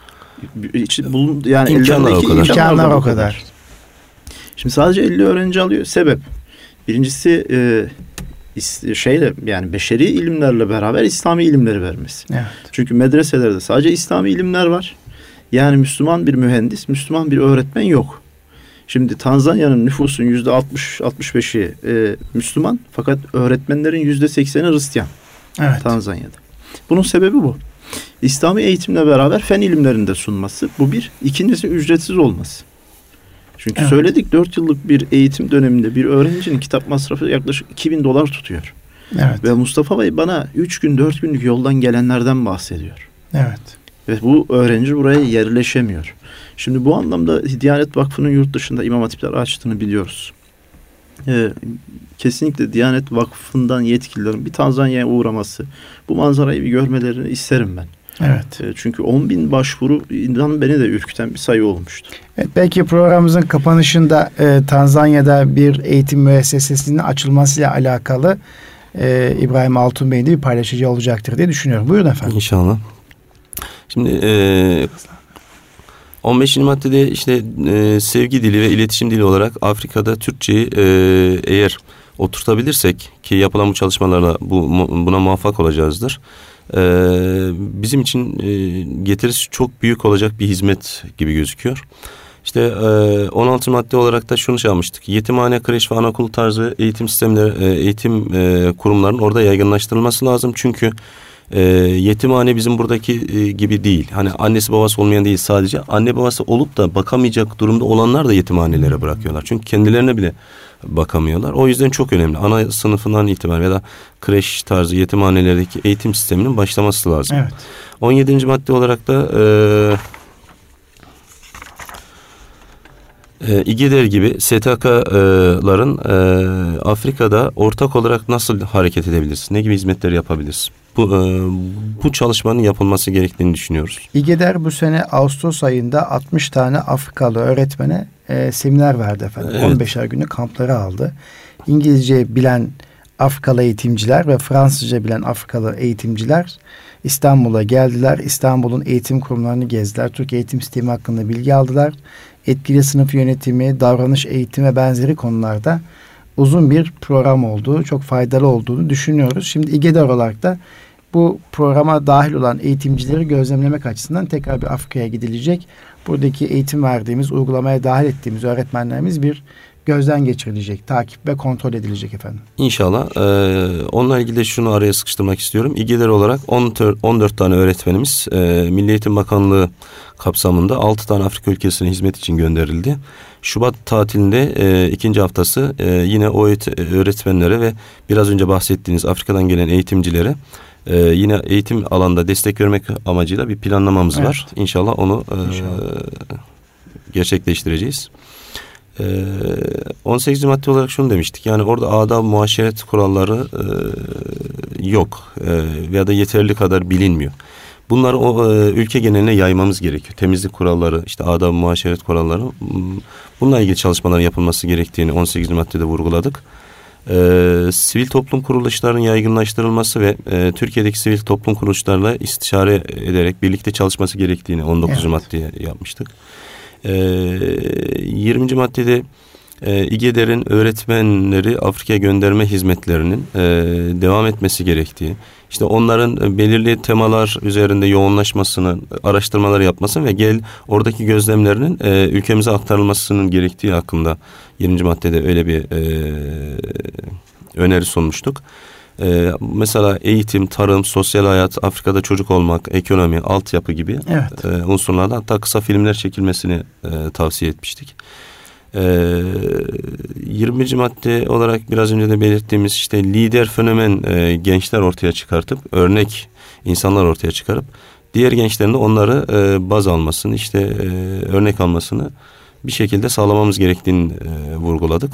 Yani imkanlar o kadar. İmkanlar o kadar. Şimdi sadece elli öğrenci alıyor. Sebep? Birincisi e, şeyle yani beşeri ilimlerle beraber İslami ilimleri vermesi. Evet. Çünkü medreselerde sadece İslami ilimler var. Yani Müslüman bir mühendis, Müslüman bir öğretmen yok. Şimdi Tanzanya'nın nüfusun yüzde altmış altmış beşi e, Müslüman fakat öğretmenlerin yüzde sekseni Hristiyan. Evet. Tanzanya'da. Bunun sebebi bu. İslami eğitimle beraber fen ilimlerinin de sunması. Bu bir. İkincisi ücretsiz olması. Çünkü evet. söyledik dört yıllık bir eğitim döneminde bir öğrencinin kitap masrafı yaklaşık iki bin dolar tutuyor. Evet. Ve Mustafa Bey bana üç gün dört günlük yoldan gelenlerden bahsediyor. Evet. Ve bu öğrenci buraya yerleşemiyor. Şimdi bu anlamda Diyanet Vakfı'nın yurt dışında imam hatipler açtığını biliyoruz. Ee, kesinlikle Diyanet Vakfı'ndan yetkililerin bir Tanzanya'ya uğraması, bu manzarayı bir görmelerini isterim ben. Evet. Ee, çünkü on bin başvuru inanın beni de ürküten bir sayı olmuştu. Evet, belki programımızın kapanışında e, Tanzanya'da bir eğitim müessesesinin açılmasıyla alakalı e, İbrahim Altun Bey'in de bir paylaşıcı olacaktır diye düşünüyorum. Buyurun efendim. İnşallah. Şimdi e, on beşinci maddede işte e, sevgi dili ve iletişim dili olarak Afrika'da Türkçeyi e, eğer oturtabilirsek ki yapılan bu çalışmalarla bu, buna muvaffak olacağızdır. E, bizim için e, getirisi çok büyük olacak bir hizmet gibi gözüküyor. İşte e, on altı madde olarak da şunu şey almıştık. Yetimhane, kreş ve anaokul tarzı eğitim sistemleri, e, eğitim e, kurumlarının orada yaygınlaştırılması lazım. Çünkü E, yetimhane bizim buradaki e, gibi değil. Hani annesi babası olmayan değil, sadece anne babası olup da bakamayacak durumda olanlar da yetimhanelere bırakıyorlar. Çünkü kendilerine bile bakamıyorlar. O yüzden çok önemli. Ana sınıfından itibaren ya da kreş tarzı yetimhanelerdeki eğitim sisteminin başlaması lazım. Evet. on yedinci madde olarak da e, e, İGEDER gibi S T K'ların e, Afrika'da ortak olarak nasıl hareket edebiliriz? Ne gibi hizmetler yapabiliriz? Bu, e, bu çalışmanın yapılması gerektiğini düşünüyoruz. İGEDER bu sene Ağustos ayında altmış tane Afrikalı öğretmene e, seminer verdi efendim. Evet. on beşer günlük kampları aldı. İngilizce bilen Afrikalı eğitimciler ve Fransızca bilen Afrikalı eğitimciler İstanbul'a geldiler. İstanbul'un eğitim kurumlarını gezdiler. Türk eğitim sistemi hakkında bilgi aldılar. Etkili sınıf yönetimi, davranış eğitimi ve benzeri konularda uzun bir program olduğu, çok faydalı olduğunu düşünüyoruz. Şimdi İGEDER olarak da bu programa dahil olan eğitimcileri gözlemlemek açısından tekrar bir Afrika'ya gidilecek. Buradaki eğitim verdiğimiz, uygulamaya dahil ettiğimiz öğretmenlerimiz bir gözden geçirilecek, takip ve kontrol edilecek efendim. İnşallah. Ee, onunla ilgili de şunu araya sıkıştırmak istiyorum. İGEDER olarak on dört tane öğretmenimiz e, Milli Eğitim Bakanlığı kapsamında altı tane Afrika ülkesine hizmet için gönderildi. Şubat tatilinde e, ikinci haftası e, yine o öğretmenlere ve biraz önce bahsettiğiniz Afrika'dan gelen eğitimcilere e, yine eğitim alanda destek vermek amacıyla bir planlamamız evet. var. İnşallah onu e, İnşallah. gerçekleştireceğiz. Ee, on sekizinci madde olarak şunu demiştik. Yani orada adab muaşeret kuralları e, yok e, veya da yeterli kadar bilinmiyor. Bunları o e, ülke geneline yaymamız gerekiyor. Temizlik kuralları, işte adab muaşeret kuralları, bununla ilgili çalışmaların yapılması gerektiğini on sekizinci maddede vurguladık. Ee, sivil toplum kuruluşlarının yaygınlaştırılması ve e, Türkiye'deki sivil toplum kuruluşlarla istişare ederek birlikte çalışması gerektiğini on dokuzuncu evet. maddeye yapmıştık. yirminci maddede e, İGEDER'in öğretmenleri Afrika'ya gönderme hizmetlerinin e, devam etmesi gerektiği, işte onların belirli temalar üzerinde yoğunlaşmasını, araştırmalar yapmasını ve gel oradaki gözlemlerinin e, ülkemize aktarılmasının gerektiği hakkında yirminci maddede öyle bir e, öneri sunmuştuk. Ee, mesela eğitim, tarım, sosyal hayat, Afrika'da çocuk olmak, ekonomi, altyapı gibi evet. e, unsurlarda hatta kısa filmler çekilmesini e, tavsiye etmiştik. E, yirminci madde olarak biraz önce de belirttiğimiz işte lider fenomen e, gençler ortaya çıkartıp örnek insanlar ortaya çıkarıp diğer gençlerin de onları e, baz almasını, işte e, örnek almasını bir şekilde sağlamamız gerektiğini e, vurguladık.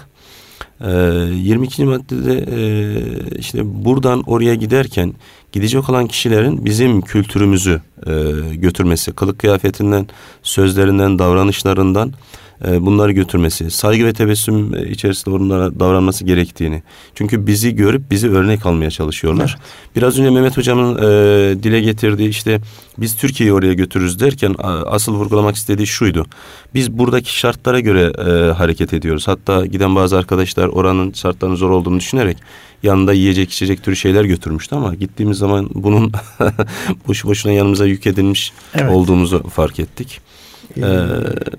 yirmi ikinci maddede işte buradan oraya giderken gidecek olan kişilerin bizim kültürümüzü götürmesi, kılık kıyafetinden, sözlerinden, davranışlarından bunları götürmesi, saygı ve tebessüm içerisinde onlara davranması gerektiğini. Çünkü bizi görüp bizi örnek almaya çalışıyorlar. Evet. Biraz önce Mehmet Hocam'ın e, dile getirdiği işte biz Türkiye'yi oraya götürürüz derken asıl vurgulamak istediği şuydu. Biz buradaki şartlara göre e, hareket ediyoruz. Hatta giden bazı arkadaşlar oranın şartlarının zor olduğunu düşünerek yanında yiyecek içecek türü şeyler götürmüştü ama gittiğimiz zaman bunun boşu boşuna yanımıza yük edilmiş evet. olduğumuzu fark ettik. Evet.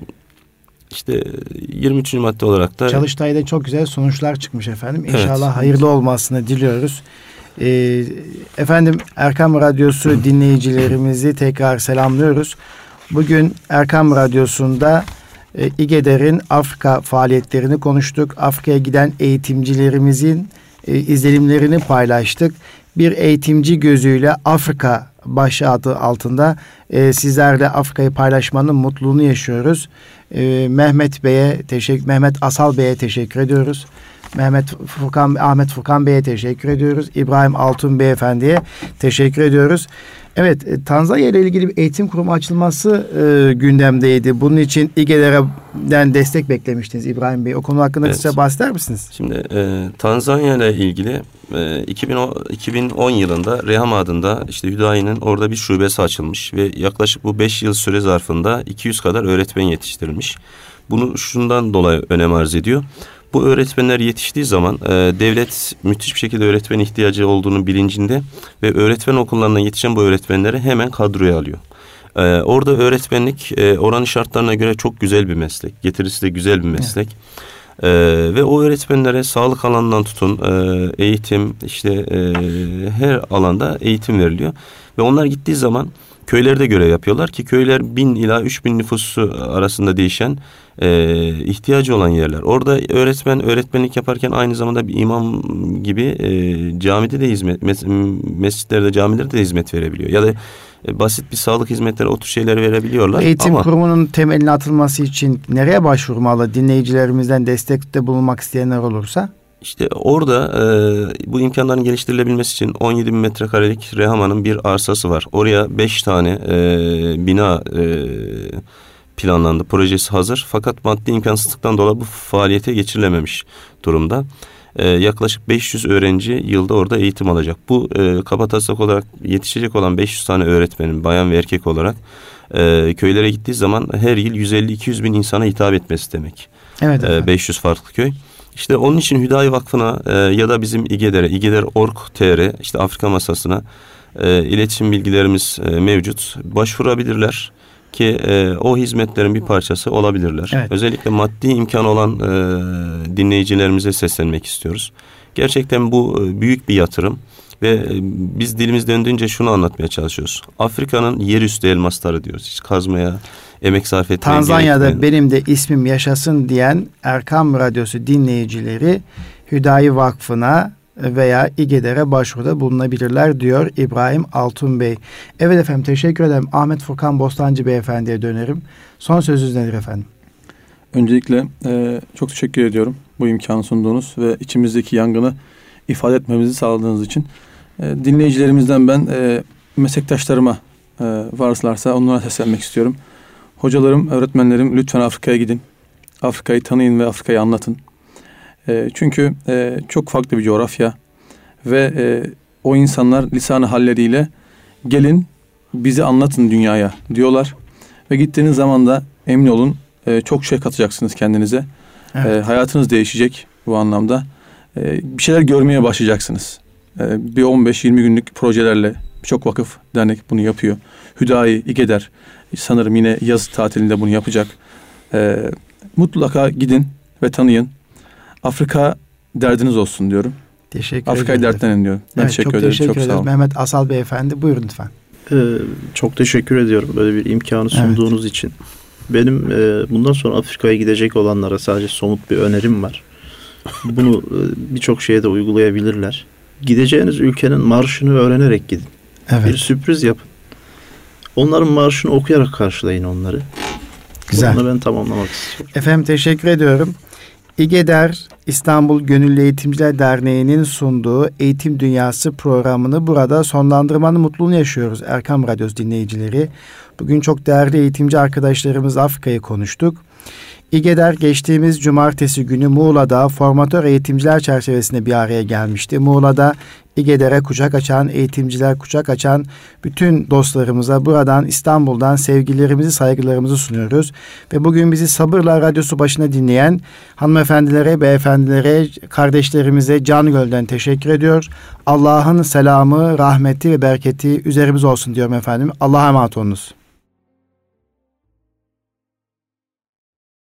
İşte yirmi üçüncü madde olarak da Çalıştay'da çok güzel sonuçlar çıkmış efendim. İnşallah evet. hayırlı olmasını diliyoruz. Ee, efendim Erkam Radyosu dinleyicilerimizi tekrar selamlıyoruz. Bugün Erkam Radyosu'nda e, İGEDER'in Afrika faaliyetlerini konuştuk. Afrika'ya giden eğitimcilerimizin e, izlenimlerini paylaştık. Bir eğitimci gözüyle Afrika başı adı altında e, sizlerle Afrika'yı paylaşmanın mutluluğunu yaşıyoruz. E, Mehmet Bey'e teşekkür, Mehmet Asal Bey'e teşekkür ediyoruz. Mehmet Furkan, Ahmet Furkan Bey'e teşekkür ediyoruz. İbrahim Altun Beyefendi'ye teşekkür ediyoruz. Evet, Tanzanya ile ilgili bir eğitim kurumu açılması e, gündemdeydi. Bunun için İGEDER'den destek beklemiştiniz İbrahim Bey. O konu hakkında evet. size bahseder misiniz? Şimdi e, Tanzanya ile ilgili e, iki bin on yılında Reham adında işte Hüdayi'nin orada bir şubesi açılmış ve yaklaşık bu beş yıl süre zarfında iki yüz kadar öğretmen yetiştirilmiş. Bunu şundan dolayı önem arz ediyor. Bu öğretmenler yetiştiği zaman e, devlet müthiş bir şekilde öğretmen ihtiyacı olduğunu bilincinde ve öğretmen okullarından yetişen bu öğretmenleri hemen kadroya alıyor. E, orada öğretmenlik e, oranın şartlarına göre çok güzel bir meslek. Getirisi de güzel bir meslek. Evet. E, ve o öğretmenlere sağlık alanından tutun e, eğitim işte e, her alanda eğitim veriliyor. Ve onlar gittiği zaman köylerde görev yapıyorlar ki köyler bin ila üç bin nüfusu arasında değişen e, ihtiyacı olan yerler. Orada öğretmen öğretmenlik yaparken aynı zamanda bir imam gibi e, camide de hizmet, mes, mescitlerde, camilerde de hizmet verebiliyor. Ya da e, basit bir sağlık hizmetleri, o tür şeyler verebiliyorlar. Eğitim ama, kurumunun temeline atılması için nereye başvurmalı? Dinleyicilerimizden destekte bulunmak isteyenler olursa? İşte orada e, bu imkanların geliştirilebilmesi için on yedi bin metrekarelik Rehama'nın bir arsası var. Oraya beş tane e, bina e, planlandı. Projesi hazır. Fakat maddi imkansızlıktan dolayı bu faaliyete geçirilememiş durumda. e, yaklaşık beş yüz öğrenci yılda orada eğitim alacak. Bu e, kabataslak olarak yetişecek olan beş yüz tane öğretmenin bayan ve erkek olarak e, köylere gittiği zaman her yıl yüz elli iki yüz bin insana hitap etmesi demek. Evet efendim. E, beş yüz farklı köy. İşte onun için Hüdayi Vakfı'na e, ya da bizim İGEDER'e, igeder nokta org nokta tr işte Afrika Masası'na e, iletişim bilgilerimiz e, mevcut. Başvurabilirler ki e, o hizmetlerin bir parçası olabilirler. Evet. Özellikle maddi imkan olan e, dinleyicilerimize seslenmek istiyoruz. Gerçekten bu e, büyük bir yatırım ve e, biz dilimiz döndüğünce şunu anlatmaya çalışıyoruz. Afrika'nın yerüstü elmasları diyoruz. Hiç kazmaya emek sarf etmeye Tanzanya'da gerekmeyen. benim de ismim yaşasın diyen Erkam Radyosu dinleyicileri Hüdayi Vakfı'na veya İGEDER'e başvuruda bulunabilirler diyor İbrahim Altun Bey. Evet efendim, teşekkür ederim. Ahmet Furkan Bostancı Beyefendi'ye dönerim. Son sözünüz nedir efendim? Öncelikle e, çok teşekkür ediyorum bu imkanı sunduğunuz ve içimizdeki yangını ifade etmemizi sağladığınız için. E, dinleyicilerimizden ben e, meslektaşlarıma e, varsalarsa onlara seslenmek istiyorum. Hocalarım, öğretmenlerim, lütfen Afrika'ya gidin. Afrika'yı tanıyın ve Afrika'yı anlatın. E, çünkü e, çok farklı bir coğrafya ve e, o insanlar lisan-ı halleriyle gelin bizi anlatın dünyaya diyorlar. Ve gittiğiniz zaman da emin olun e, çok şey katacaksınız kendinize. Evet. E, hayatınız değişecek bu anlamda. E, bir şeyler görmeye başlayacaksınız. E, bir on beş yirmi günlük projelerle birçok vakıf, dernek bunu yapıyor. Hüdayi, İGEDER sanırım yine yaz tatilinde bunu yapacak. E, mutlaka gidin ve tanıyın. Afrika derdiniz olsun diyorum. Teşekkür Afrika'yı ederim. dertlenin diyorum. Ben Evet, teşekkür çok ederim. teşekkür çok sağ olun. Mehmet Asal Beyefendi, buyurun lütfen. Ee, çok teşekkür ediyorum böyle bir imkanı sunduğunuz evet. için. Benim e, bundan sonra Afrika'ya gidecek olanlara sadece somut bir önerim var. Bunu e, birçok şeye de uygulayabilirler. Gideceğiniz ülkenin marşını öğrenerek gidin. Evet. Bir sürpriz yapın. Onların marşını okuyarak karşılayın onları. Güzel. Bunu ben tamamlamak istiyorum. Efendim teşekkür ediyorum. İGEDER İstanbul Gönüllü Eğitimciler Derneği'nin sunduğu Eğitim Dünyası programını burada sonlandırmanın mutluluğunu yaşıyoruz Erkam Radyosu dinleyicileri. Bugün çok değerli eğitimci arkadaşlarımız Afrika'yı konuştuk. İGEDER geçtiğimiz cumartesi günü Muğla'da formatör eğitimciler çerçevesinde bir araya gelmişti. Muğla'da İGEDER'e kucak açan, eğitimciler kucak açan bütün dostlarımıza buradan İstanbul'dan sevgilerimizi, saygılarımızı sunuyoruz. Ve bugün bizi sabırla radyosu başına dinleyen hanımefendilere, beyefendilere, kardeşlerimize canı gönülden teşekkür ediyor. Allah'ın selamı, rahmeti ve bereketi üzerimize olsun diyorum efendim. Allah'a emanet olunuz.